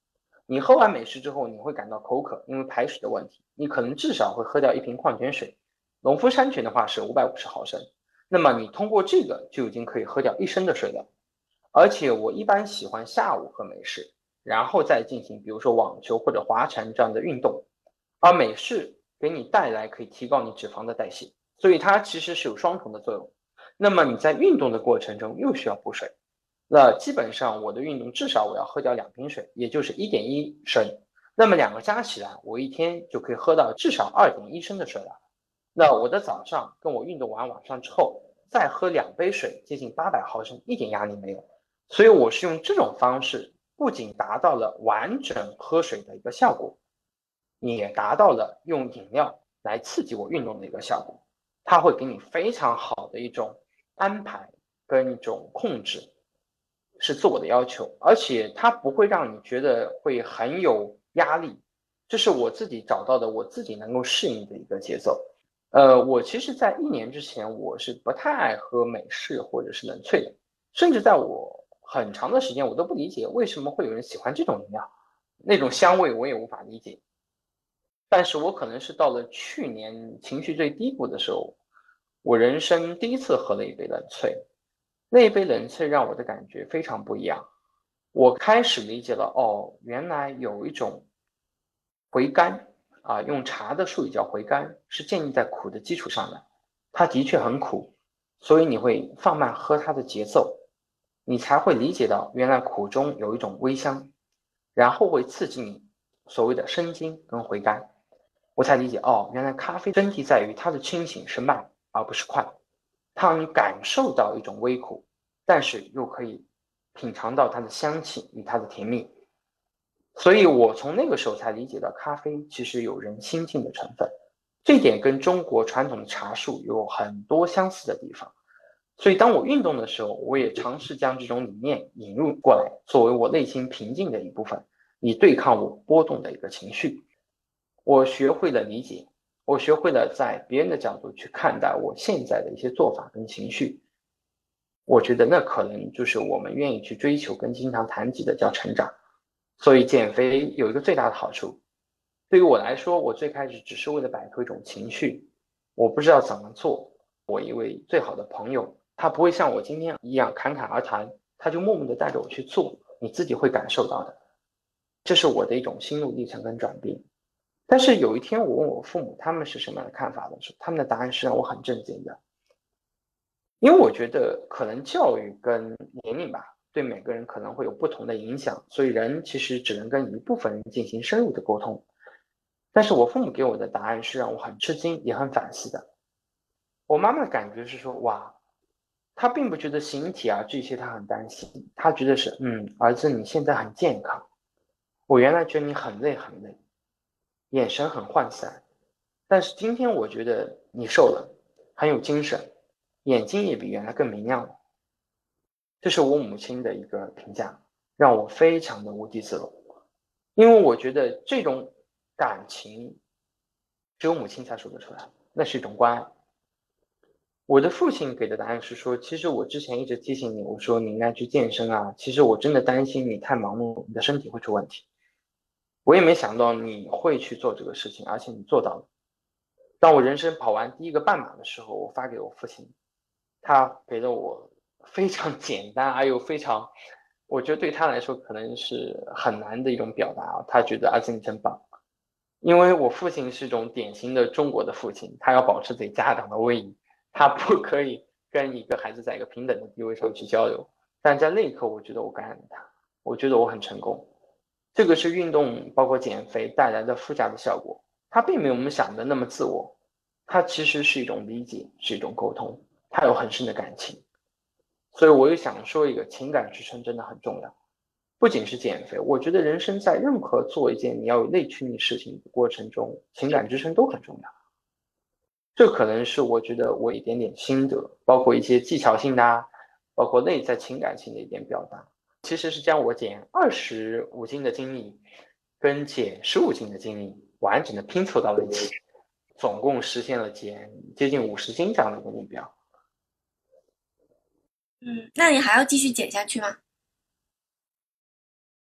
你喝完美式之后，你会感到口渴，因为排水的问题，你可能至少会喝掉一瓶矿泉水。农夫山泉的话是550毫升，那么你通过这个就已经可以喝掉1升的水了。而且我一般喜欢下午喝美式，然后再进行比如说网球或者划船这样的运动。而美式给你带来可以提高你脂肪的代谢，所以它其实是有双重的作用。那么你在运动的过程中又需要补水，那基本上我的运动至少我要喝掉2瓶水，也就是1.1升。那么2个加起来，我一天就可以喝到至少2.1升的水了。那我的早上跟我运动完晚上之后，再喝2杯水，接近800毫升，一点压力没有。所以我是用这种方式，不仅达到了完整喝水的一个效果，也达到了用饮料来刺激我运动的一个效果。它会给你非常好的一种安排跟一种控制，是自我的要求，而且它不会让你觉得会很有压力，这是我自己找到的我自己能够适应的一个节奏。我其实在1年之前我是不太爱喝美式或者是冷萃的，甚至在我很长的时间我都不理解为什么会有人喜欢这种饮料，那种香味我也无法理解。但是我可能是到了去年情绪最低谷的时候，我人生第一次喝了一杯冷萃，那一杯冷萃让我的感觉非常不一样。我开始理解了，哦，原来有一种回甘啊，用茶的术语叫回甘，是建立在苦的基础上的。它的确很苦，所以你会放慢喝它的节奏，你才会理解到原来苦中有一种微香，然后会刺激你所谓的生津跟回甘。我才理解，哦，原来咖啡真谛在于它的清醒是慢而不是快，它让你感受到一种微苦，但是又可以品尝到它的香气与它的甜蜜。所以我从那个时候才理解到咖啡其实有人心境的成分，这点跟中国传统的茶术有很多相似的地方。所以当我运动的时候，我也尝试将这种理念引入过来，作为我内心平静的一部分，以对抗我波动的一个情绪。我学会了理解，我学会了在别人的角度去看待我现在的一些做法跟情绪。我觉得那可能就是我们愿意去追求跟经常谈及的叫成长。所以减肥有一个最大的好处，对于我来说，我最开始只是为了摆脱一种情绪，我不知道怎么做。我一位最好的朋友，他不会像我今天一样侃侃而谈，他就默默地带着我去做，你自己会感受到的。这是我的一种心路历程跟转变。但是有一天我问我父母他们是什么样的看法的时候，他们的答案是让我很震惊的。因为我觉得可能教育跟年龄吧，对每个人可能会有不同的影响，所以人其实只能跟一部分人进行深入的沟通。但是我父母给我的答案是让我很吃惊也很反思的。我妈妈的感觉是说，哇，她并不觉得形体啊这些她很担心，她觉得是，儿子你现在很健康，我原来觉得你很累很累，眼神很涣散，但是今天我觉得你瘦了，很有精神，眼睛也比原来更明亮了。这是我母亲的一个评价，让我非常的无地自容。因为我觉得这种感情只有母亲才说得出来，那是一种关爱。我的父亲给的答案是说，其实我之前一直提醒你，我说你应该去健身啊，其实我真的担心你太忙碌，你的身体会出问题。我也没想到你会去做这个事情，而且你做到了。当我人生跑完第一个半马的时候，我发给我父亲，他给了我非常简单而又非常，我觉得对他来说可能是很难的一种表达啊。他觉得儿子你真棒，因为我父亲是一种典型的中国的父亲，他要保持自己家长的威仪，他不可以跟一个孩子在一个平等的地位上去交流。但在那一刻，我觉得我感染了他，我觉得我很成功。这个是运动包括减肥带来的附加的效果，它并没有我们想的那么自我，它其实是一种理解，是一种沟通，它有很深的感情。所以我又想说一个情感支撑真的很重要，不仅是减肥，我觉得人生在任何做一件你要有内驱力事情的过程中，情感支撑都很重要。这可能是我觉得我一点点心得，包括一些技巧性的啊，包括内在情感性的一点表达，其实是将我减25斤的经历跟减15斤的经历完整的拼凑到了一起，总共实现了减接近50斤这样的一个目标。 那你还要继续减下去吗？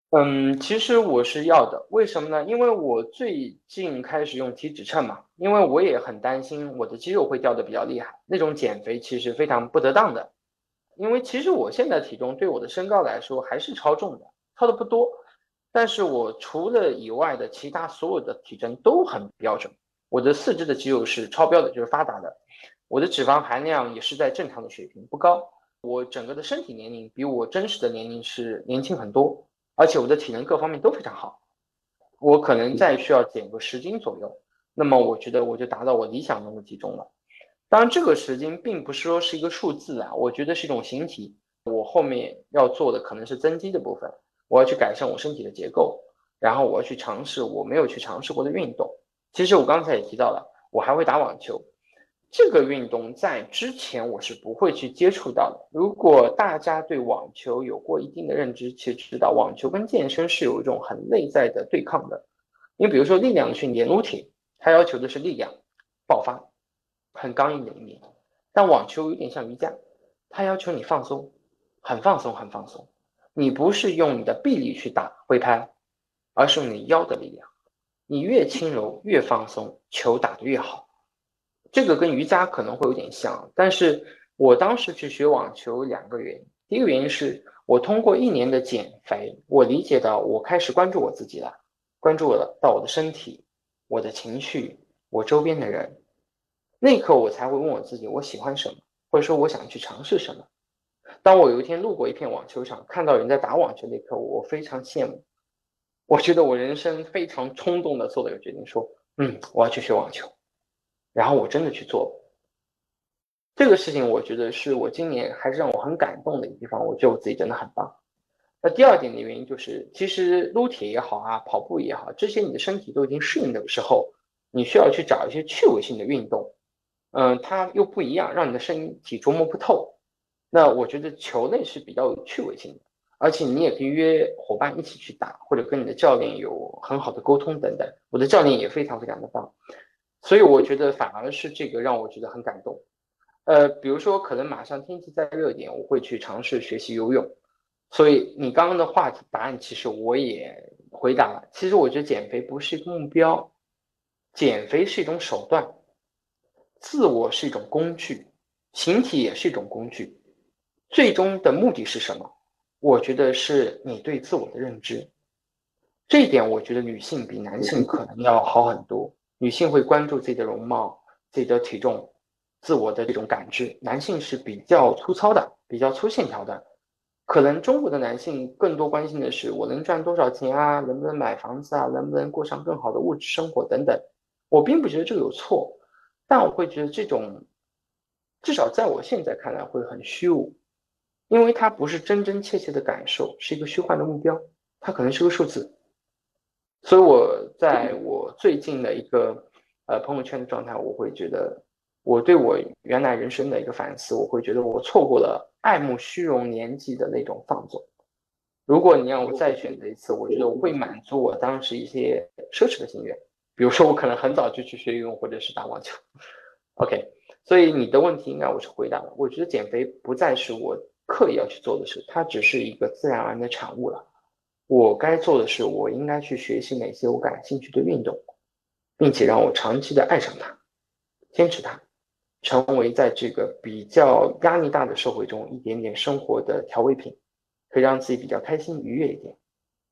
其实我是要的，为什么呢？因为我最近开始用体脂秤嘛，因为我也很担心我的肌肉会掉的比较厉害，那种减肥其实非常不得当的。因为其实我现在体重对我的身高来说还是超重的，超的不多，但是我除了以外的其他所有的体征都很标准，我的四肢的肌肉是超标的，就是发达的，我的脂肪含量也是在正常的水平，不高，我整个的身体年龄比我真实的年龄是年轻很多，而且我的体能各方面都非常好，我可能再需要减个10斤左右，那么我觉得我就达到我理想中的体重了。当然，这个10斤并不是说是一个数字啊，我觉得是一种形体。我后面要做的可能是增肌的部分，我要去改善我身体的结构，然后我要去尝试我没有去尝试过的运动。其实我刚才也提到了，我还会打网球，这个运动在之前我是不会去接触到的。如果大家对网球有过一定的认知，其实知道网球跟健身是有一种很内在的对抗的。因为比如说力量训练撸铁，它要求的是力量爆发，很刚硬的一面。但网球有点像瑜伽，它要求你放松，很放松，很放松。你不是用你的臂力去打挥拍，而是用你腰的力量。你越轻柔越放松，球打得越好。这个跟瑜伽可能会有点像，但是我当时去学网球2个原因。第一个原因是我通过1年的减肥，我理解到我开始关注我自己了，关注了到我的身体、我的情绪、我周边的人。那一刻我才会问我自己，我喜欢什么，或者说我想去尝试什么。当我有一天路过一片网球场，看到人在打网球那一刻，我非常羡慕。我觉得我人生非常冲动的做了一个决定，说，我要去学网球。然后我真的去做了。这个事情，我觉得是我今年还是让我很感动的一个地方。我觉得我自己真的很棒。那第二点的原因就是，其实撸铁也好啊，跑步也好，这些你的身体都已经适应的时候，你需要去找一些趣味性的运动，它又不一样，让你的身体琢磨不透。那我觉得球类是比较有趣味性的，而且你也可以约伙伴一起去打，或者跟你的教练有很好的沟通等等。我的教练也非常非常的棒，所以我觉得反而是这个让我觉得很感动。比如说可能马上天气再热一点，我会去尝试学习游泳。所以你刚刚的话题答案其实我也回答了。其实我觉得减肥不是一个目标，减肥是一种手段，自我是一种工具，形体也是一种工具。最终的目的是什么？我觉得是你对自我的认知。这一点我觉得女性比男性可能要好很多。女性会关注自己的容貌、自己的体重、自我的这种感知，男性是比较粗糙的、比较粗线条的。可能中国的男性更多关心的是我能赚多少钱啊，能不能买房子啊，能不能过上更好的物质生活等等。我并不觉得这个有错，但我会觉得这种至少在我现在看来会很虚无，因为它不是真真切切的感受，是一个虚幻的目标，它可能是个数字。所以我在我最近的一个朋友圈的状态，我会觉得我对我原来人生的一个反思，我会觉得我错过了爱慕虚荣年纪的那种放纵。如果你让我再选择一次，我觉得我会满足我当时一些奢侈的心愿，比如说我可能很早就去学游泳或者是打网球。OK，所以你的问题应该我是回答了。我觉得减肥不再是我刻意要去做的事，它只是一个自然而然的产物了。我该做的是，我应该去学习哪些我感兴趣的运动，并且让我长期的爱上它，坚持它，成为在这个比较压力大的社会中一点点生活的调味品，可以让自己比较开心愉悦一点。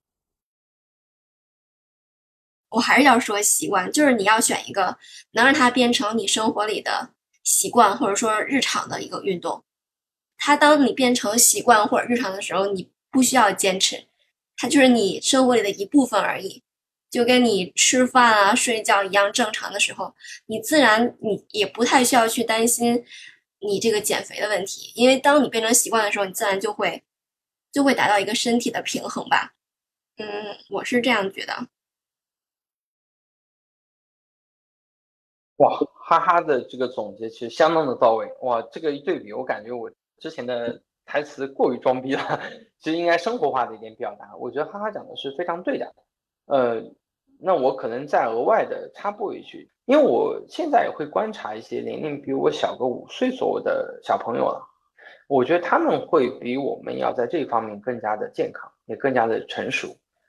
我还是要说习惯，就是你要选一个能让它变成你生活里的习惯，或者说日常的一个运动。它当你变成习惯或者日常的时候，你不需要坚持，它就是你生活里的一部分而已。就跟你吃饭啊、睡觉一样正常的时候，你自然你也不太需要去担心你这个减肥的问题，因为当你变成习惯的时候，你自然就会达到一个身体的平衡吧。我是这样觉得。 哇，哈哈的这个总结其实相当的到位。哇，这个一对比，我感觉我之前的台词过于装逼了，其实应该生活化的一点表达。我觉得哈哈讲的是非常对的。呃，那我可能再额外的插播一句，因为我现在也会观察一些年龄比我小个5岁左右的小朋友了，我觉得他们会比我们要在这方面更加的健康，也更加的成熟。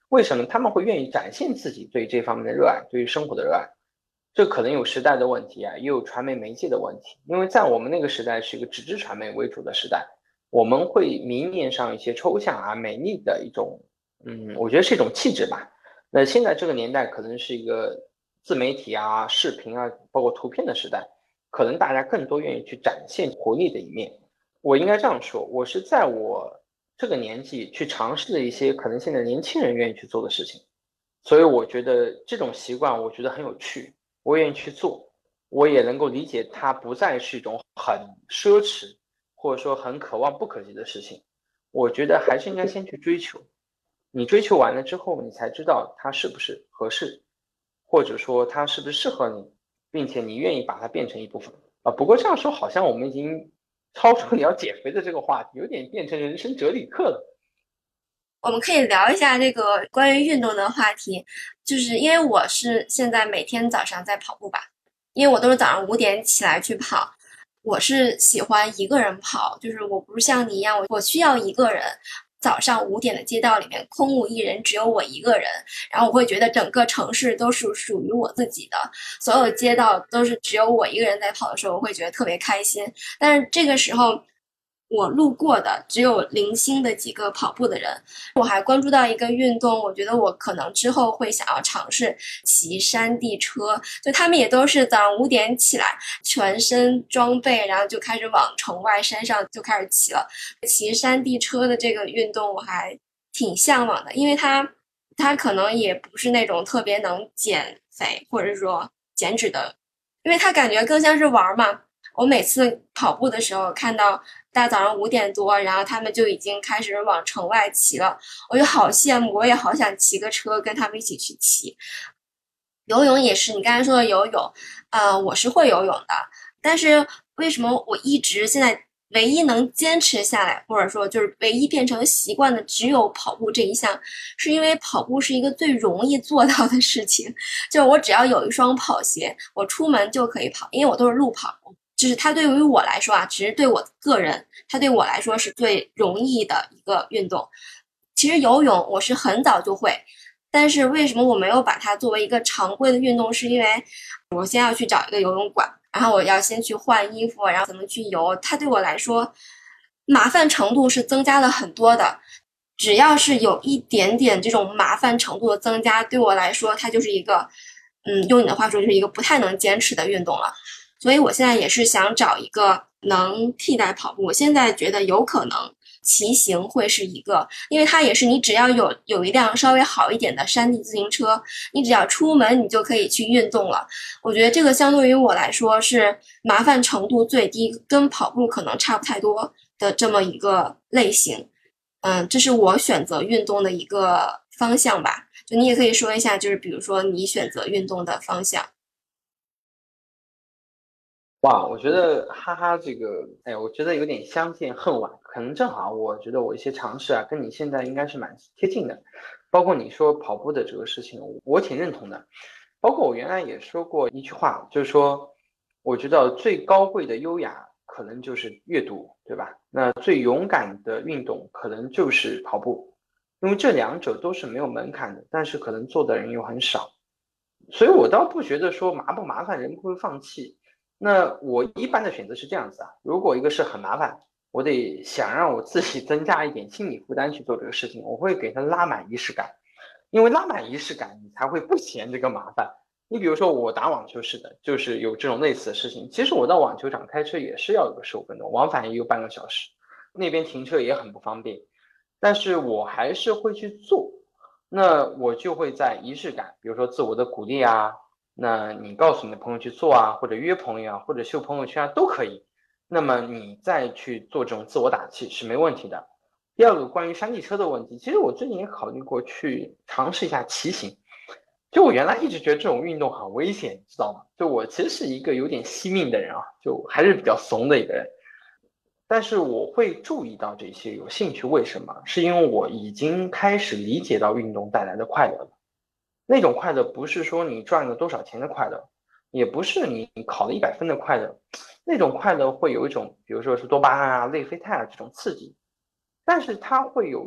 为什么他们会愿意展现自己对这方面的热爱，对于生活的热爱？这可能有时代的问题啊，也有传媒媒介的问题。因为在我们那个时代是一个纸质传媒为主的时代，我们会明面上一些抽象啊、美丽的一种，我觉得是一种气质吧。那现在这个年代可能是一个自媒体啊、视频啊，包括图片的时代，可能大家更多愿意去展现活力的一面。我应该这样说，我是在我这个年纪去尝试了一些可能现在年轻人愿意去做的事情，所以我觉得这种习惯我觉得很有趣，我愿意去做，我也能够理解它不再是一种很奢侈或者说很可望不可及的事情。我觉得还是应该先去追求，你追求完了之后，你才知道它是不是合适，或者说它是不是适合你，并且你愿意把它变成一部分啊。不过这样说好像我们已经超出你要减肥的这个话题，有点变成人生哲理课了。 我们可以聊一下这个关于运动的话题，就是因为我是现在每天早上在跑步吧，因为我都是早上5点起来去跑，我是喜欢一个人跑，就是我不是像你一样，我需要一个人。早上5点的街道里面空无一人，只有我一个人，然后我会觉得整个城市都是属于我自己的，所有街道都是只有我一个人在跑的时候，我会觉得特别开心。但是这个时候我路过的只有零星的几个跑步的人。我还关注到一个运动，我觉得我可能之后会想要尝试骑山地车，就他们也都是早上5点起来，全身装备，然后就开始往城外山上就开始骑了。骑山地车的这个运动我还挺向往的，因为它可能也不是那种特别能减肥或者说减脂的，因为它感觉更像是玩嘛。我每次跑步的时候看到大早上5点多，然后他们就已经开始往城外骑了，我就好羡慕，我也好想骑个车跟他们一起去骑。游泳也是，你刚才说的游泳，我是会游泳的，但是为什么我一直现在唯一能坚持下来，或者说就是唯一变成习惯的只有跑步这一项，是因为跑步是一个最容易做到的事情，就我只要有一双跑鞋，我出门就可以跑，因为我都是路跑。就是它对于我来说啊，只是对我个人，它对我来说是最容易的一个运动。其实游泳我是很早就会，但是为什么我没有把它作为一个常规的运动，是因为我先要去找一个游泳馆，然后我要先去换衣服，然后怎么去游，它对我来说麻烦程度是增加了很多的。只要是有一点点这种麻烦程度的增加，对我来说它就是一个用你的话说就是一个不太能坚持的运动了。所以我现在也是想找一个能替代跑步。我现在觉得有可能骑行会是一个，因为它也是你只要有一辆稍微好一点的山地自行车，你只要出门你就可以去运动了。我觉得这个相对于我来说是麻烦程度最低，跟跑步可能差不太多的这么一个类型。这是我选择运动的一个方向吧。就你也可以说一下，就是比如说你选择运动的方向。 哇，我觉得哈哈这个，我觉得有点相见恨晚，可能正好，我觉得我一些尝试啊，跟你现在应该是蛮贴近的，包括你说跑步的这个事情，我挺认同的。包括我原来也说过一句话，就是说，我觉得最高贵的优雅可能就是阅读，对吧？那最勇敢的运动可能就是跑步，因为这两者都是没有门槛的，但是可能做的人又很少，所以我倒不觉得说麻不麻烦人不会放弃。那我一般的选择是这样子啊，如果一个事很麻烦，我得想让我自己增加一点心理负担去做这个事情，我会给它拉满仪式感，因为拉满仪式感，你才会不嫌这个麻烦。你比如说我打网球似的，就是有这种类似的事情。其实我到网球场开车也是要有个15分钟，往返也有半个小时，那边停车也很不方便，但是我还是会去做。那我就会在仪式感，比如说自我的鼓励啊，那你告诉你的朋友去做啊，或者约朋友啊，或者秀朋友圈啊，都可以。那么你再去做这种自我打气是没问题的。第二个关于山地车的问题，其实我最近也考虑过去尝试一下骑行。就我原来一直觉得这种运动很危险，知道吗？就我其实是一个有点惜命的人啊，就还是比较怂的一个人。但是我会注意到这些，有兴趣，为什么？是因为我已经开始理解到运动带来的快乐了。那种快乐不是说你赚了多少钱的快乐，也不是你考了100分的快乐，那种快乐会有一种，比如说是多巴胺啊、内啡肽啊这种刺激，但是它会有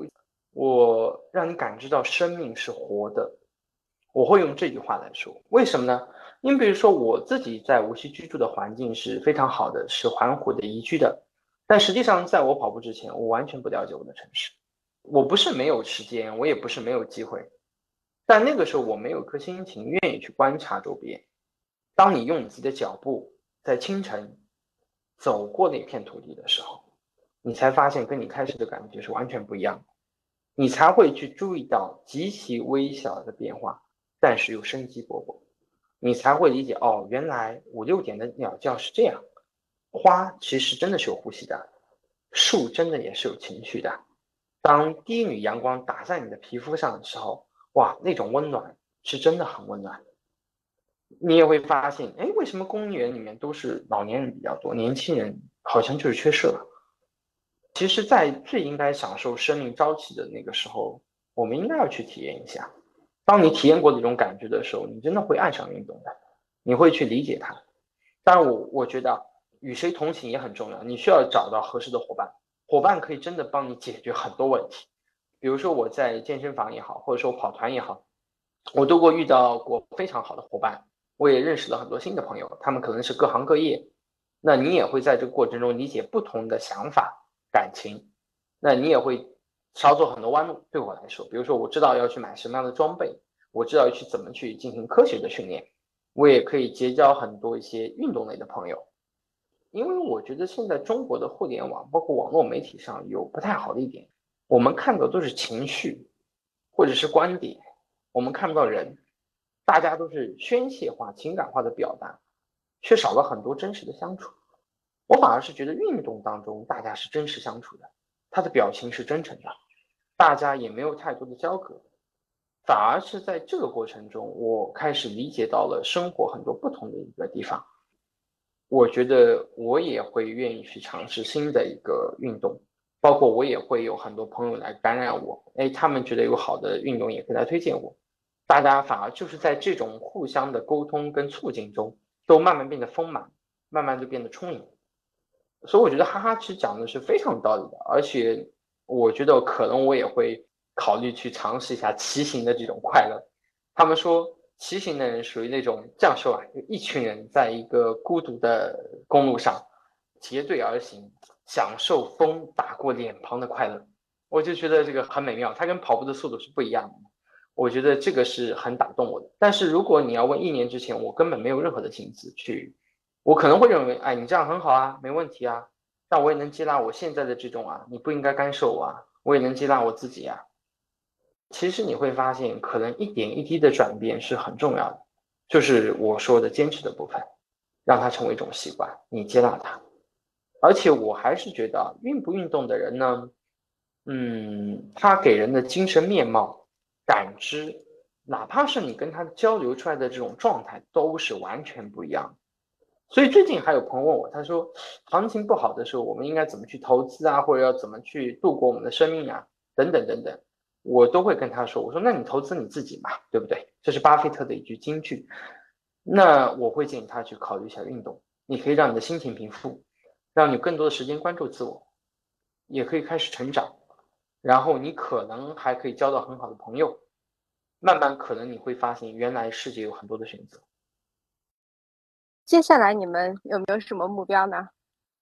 我让你感知到生命是活的。我会用这句话来说，为什么呢？因为比如说我自己在无锡居住的环境是非常好的，是环湖的宜居的，但实际上在我跑步之前，我完全不了解我的城市。我不是没有时间，我也不是没有机会，但那个时候我没有颗心情愿意去观察周边。当你用你自己的脚步在清晨走过那片土地的时候，你才发现跟你开始的感觉是完全不一样的，你才会去注意到极其微小的变化，但是又生机勃勃。你才会理解，哦，原来5、6点的鸟叫是这样，花其实真的是有呼吸的，树真的也是有情绪的。当第一缕阳光打在你的皮肤上的时候，哇，那种温暖是真的很温暖。你也会发现，哎，为什么公园里面都是老年人比较多，年轻人好像就是缺失了。其实，在最应该享受生命朝气的那个时候，我们应该要去体验一下。当你体验过这种感觉的时候，你真的会爱上运动的，你会去理解它。当然我觉得与谁同行也很重要，你需要找到合适的伙伴，伙伴可以真的帮你解决很多问题。比如说我在健身房也好，或者说跑团也好，我都遇到过非常好的伙伴，我也认识了很多新的朋友，他们可能是各行各业。那你也会在这个过程中理解不同的想法、感情，那你也会少走很多弯路。对我来说，比如说我知道要去买什么样的装备，我知道要去怎么去进行科学的训练，我也可以结交很多一些运动类的朋友。因为我觉得现在中国的互联网，包括网络媒体上有不太好的一点，我们看到都是情绪或者是观点，我们看不到人，大家都是宣泄化、情感化的表达，缺少了很多真实的相处。我反而是觉得运动当中大家是真实相处的，他的表情是真诚的，大家也没有太多的交隔，反而是在这个过程中，我开始理解到了生活很多不同的一个地方。我觉得我也会愿意去尝试新的一个运动，包括我也会有很多朋友来感染我，哎，他们觉得有好的运动也可以来推荐我，大家反而就是在这种互相的沟通跟促进中，都慢慢变得丰满，慢慢就变得充盈。所以我觉得哈哈其实讲的是非常有道理的，而且我觉得可能我也会考虑去尝试一下骑行的这种快乐。他们说骑行的人属于那种这样说啊，就一群人在一个孤独的公路上结队而行，享受风打过脸庞的快乐。我就觉得这个很美妙，它跟跑步的速度是不一样的。我觉得这个是很打动我的。但是如果你要问1年之前，我根本没有任何的心思去，我可能会认为，哎，你这样很好啊，没问题啊，但我也能接纳我现在的这种啊，你不应该干涉我啊，我也能接纳我自己啊。其实你会发现，可能一点一滴的转变是很重要的，就是我说的坚持的部分，让它成为一种习惯，你接纳它。而且我还是觉得，运不运动的人呢，他给人的精神面貌、感知，哪怕是你跟他交流出来的这种状态，都是完全不一样的。所以最近还有朋友问我，他说行情不好的时候，我们应该怎么去投资啊，或者要怎么去度过我们的生命啊，等等等等，我都会跟他说，我说那你投资你自己嘛，对不对？这是巴菲特的一句金句。那我会建议他去考虑一下运动，你可以让你的心情平复，让你更多的时间关注自我，也可以开始成长，然后你可能还可以交到很好的朋友，慢慢可能你会发现，原来世界有很多的选择。 接下来你们有没有什么目标呢？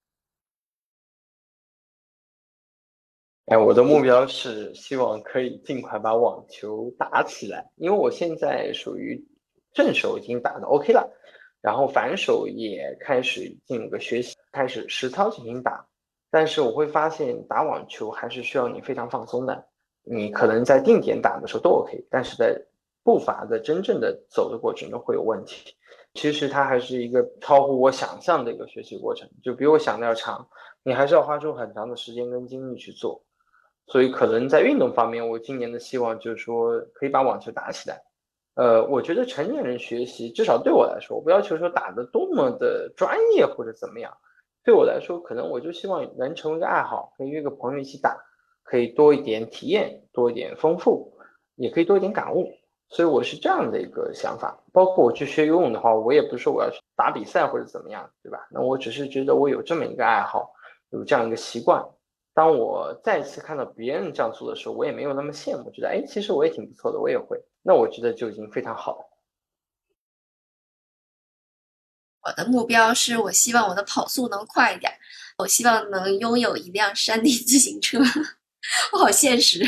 哎，我的目标是希望可以尽快把网球打起来，因为我现在属于正手已经打的 OK 了，然后反手也开始进入个学习，开始实操进行打。但是我会发现打网球还是需要你非常放松的，你可能在定点打的时候都 OK，但是在步伐的真正的走的过程中会有问题。其实它还是一个超乎我想象的一个学习过程，就比我想的要长，你还是要花出很长的时间跟精力去做。所以可能在运动方面，我今年的希望就是说可以把网球打起来。我觉得成年人学习，至少对我来说，我不要求说打得多么的专业或者怎么样。对我来说，可能我就希望能成为一个爱好，可以约个朋友一起打，可以多一点体验，多一点丰富，也可以多一点感悟。所以我是这样的一个想法。包括我去学游泳的话，我也不是说我要去打比赛或者怎么样，对吧？那我只是觉得我有这么一个爱好，有这样一个习惯。 当我再次看到别人这样做的时候，我也没有那么羡慕，觉得哎，其实我也挺不错的，我也会，那我觉得就已经非常好了。 我的目标是我希望我的跑速能快一点，我希望能拥有一辆山地自行车。我好现实。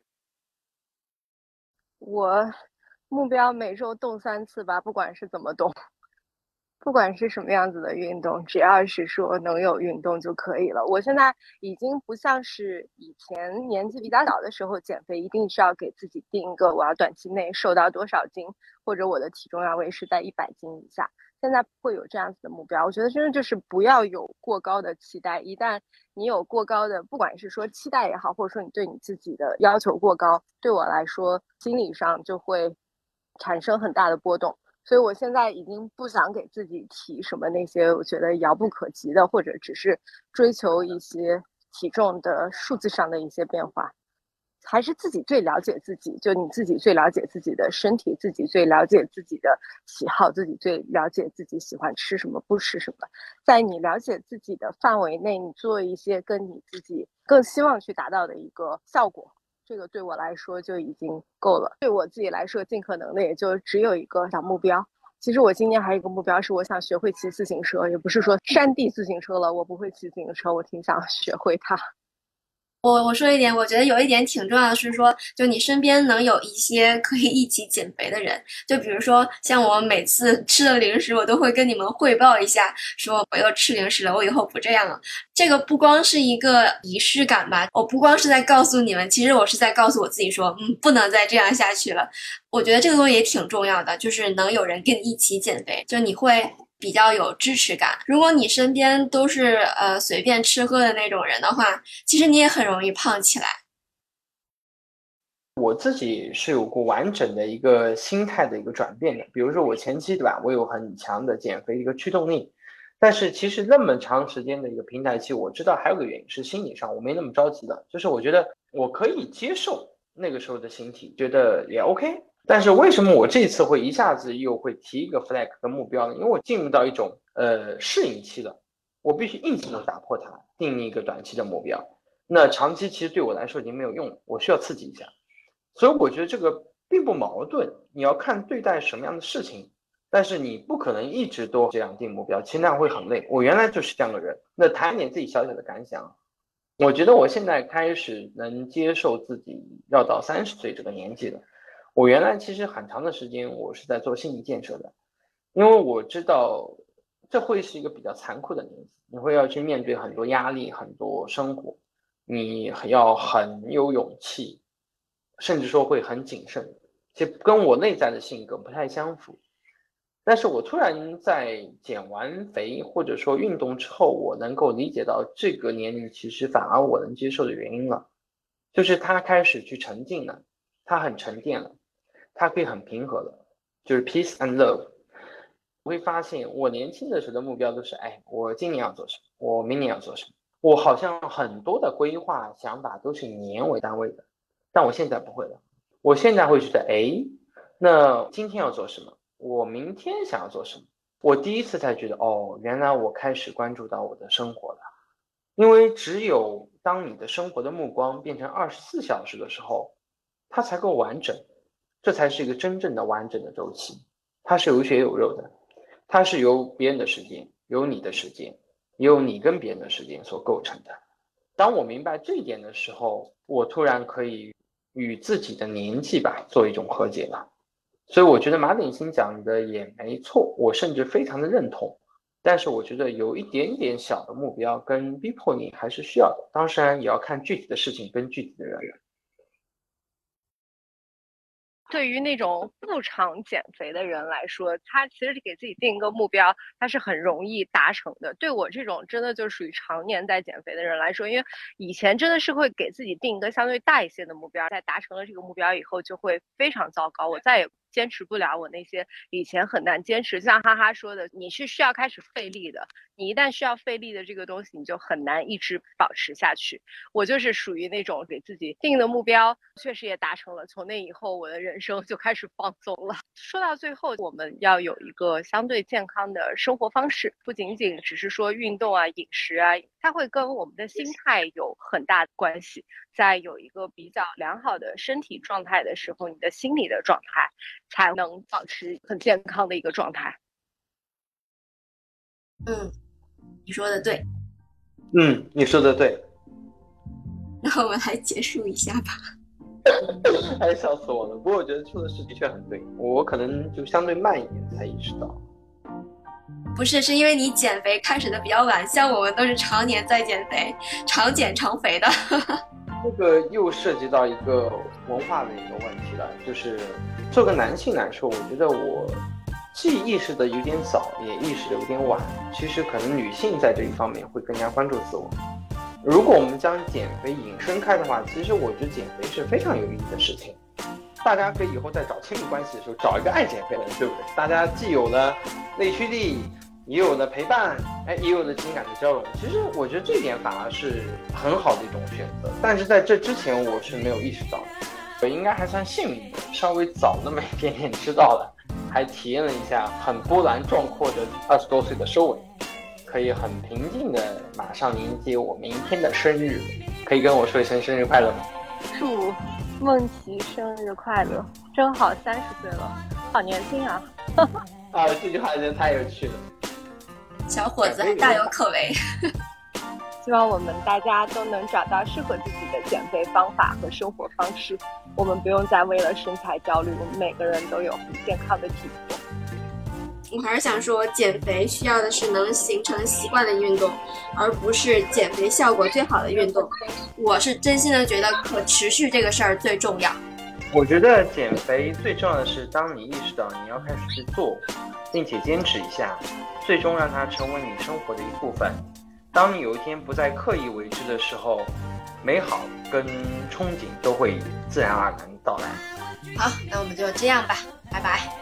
我目标每周动3次吧，不管是怎么动，不管是什么样子的运动，只要是说能有运动就可以了。我现在已经不像是以前年纪比较小的时候减肥，一定是要给自己定一个我要短期内瘦到多少斤，或者我的体重要维持在100斤以下。现在不会有这样子的目标，我觉得真的就是不要有过高的期待。一旦你有过高的，不管是说期待也好，或者说你对你自己的要求过高，对我来说心理上就会产生很大的波动。所以我现在已经不想给自己提什么那些我觉得遥不可及的，或者只是追求一些体重的数字上的一些变化。还是自己最了解自己，就你自己最了解自己的身体，自己最了解自己的喜好，自己最了解自己喜欢吃什么，不吃什么。在你了解自己的范围内，你做一些跟你自己更希望去达到的一个效果，这个对我来说就已经够了。对我自己来说，尽可能的也就只有一个小目标。其实我今年还有一个目标，是我想学会骑自行车，也不是说山地自行车了，我不会骑自行车，我挺想学会它。 我说一点，我觉得有一点挺重要的是说，就你身边能有一些可以一起减肥的人，就比如说像我每次吃的零食，我都会跟你们汇报一下，说我又吃零食了，我以后不这样了。这个不光是一个仪式感吧，我不光是在告诉你们，其实我是在告诉我自己说，不能再这样下去了。我觉得这个东西也挺重要的，就是能有人跟你一起减肥，就你会比较有支持感。如果你身边都是随便吃喝的那种人的话，其实你也很容易胖起来。 我自己是有过完整的一个心态的一个转变的，比如说我前期对吧，我有很强的减肥的一个驱动力，但是其实那么长时间的一个平台期，我知道还有个原因是心理上我没那么着急的，就是我觉得我可以接受那个时候的形体，觉得也 OK。但是为什么我这次会一下子又会提一个 flag 的目标呢？因为我进入到一种适应期了，我必须硬性的打破它，定一个短期的目标。那长期其实对我来说已经没有用了，我需要刺激一下。所以我觉得这个并不矛盾，你要看对待什么样的事情，但是你不可能一直都这样定目标，其实那样会很累。我原来就是这样的人。那谈一点自己小小的感想，我觉得我现在开始能接受自己要到30岁这个年纪了。我原来其实很长的时间我是在做心理建设的，因为我知道这会是一个比较残酷的年纪，你会要去面对很多压力，很多生活，你要很有勇气，甚至说会很谨慎，其实跟我内在的性格不太相符。但是我突然在减完肥或者说运动之后，我能够理解到这个年龄其实反而我能接受的原因了，就是他开始去沉静了，他很沉淀了，他可以很平和了，就是 peace and love。我会发现我年轻的时候的目标都是，哎，我今年要做什么，我明年要做什么，我好像很多的规划想法都是以年为单位的，但我现在不会了，我现在会觉得，哎，那今天要做什么？我明天想要做什么？我第一次才觉得，哦，原来我开始关注到我的生活了。因为只有当你的生活的目光变成24小时的时候，它才够完整，这才是一个真正的完整的周期。它是有血有肉的，它是由别人的时间、由你的时间、由你跟别人的时间所构成的。当我明白这一点的时候，我突然可以与自己的年纪吧做一种和解了。所以我觉得马鼎新讲的也没错，我甚至非常的认同。但是我觉得有一点点小的目标跟逼迫你还是需要的，当然也要看具体的事情跟具体的人。 对于那种不常减肥的人来说，他其实给自己定一个目标，他是很容易达成的。对我这种真的就属于常年在减肥的人来说，因为以前真的是会给自己定一个相对大一些的目标，在达成了这个目标以后就会非常糟糕，我再也坚持不了我那些以前很难坚持。像哈哈说的，你是需要开始费力的，你一旦需要费力的这个东西，你就很难一直保持下去。我就是属于那种给自己定的目标，确实也达成了，从那以后我的人生就开始放纵了。说到最后，我们要有一个相对健康的生活方式，不仅仅只是说运动啊、饮食啊，它会跟我们的心态有很大的关系。在有一个比较良好的身体状态的时候，你的心理的状态才能保持很健康的一个状态。 你说的对。 你说的对。 那我们来结束一下吧。 哎，笑死我了。不过我觉得说的是的确很对，我可能就相对慢一点才意识到。 不是，是因为你减肥开始的比较晚，像我们都是常年在减肥，常减常肥的。 这个又涉及到一个文化的一个问题了，就是作为男性来说，我觉得我既意识的有点早，也意识的有点晚。其实可能女性在这一方面会更加关注自我。如果我们将减肥引申开的话，其实我觉得减肥是非常有意义的事情。大家可以以后在找亲密关系的时候找一个爱减肥的人，对不对？大家既有了内驱力，也有了陪伴，也有了情感的交融。其实我觉得这一点反而是很好的一种选择。但是在这之前我是没有意识到的，我应该还算幸运的，稍微早那么一点点知道了，还体验了一下很波澜壮阔的20多岁的收尾，可以很平静的马上迎接我明天的生日。可以跟我说一声生日快乐吗？ 祝梦琪生日快乐，正好30岁了，好年轻啊！ 这句话真的太有趣了， 小伙子还大有可为。 希望我们大家都能找到适合自己的减肥方法和生活方式，我们不用再为了身材焦虑，我们每个人都有很健康的体魄。 我还是想说，减肥需要的是能形成习惯的运动，而不是减肥效果最好的运动。我是真心的觉得可持续这个事儿最重要。 我觉得减肥最重要的是，当你意识到你要开始去做，并且坚持一下，最终让它成为你生活的一部分。当你有一天不再刻意为之的时候，美好跟憧憬都会自然而然到来。 好，那我们就这样吧，拜拜。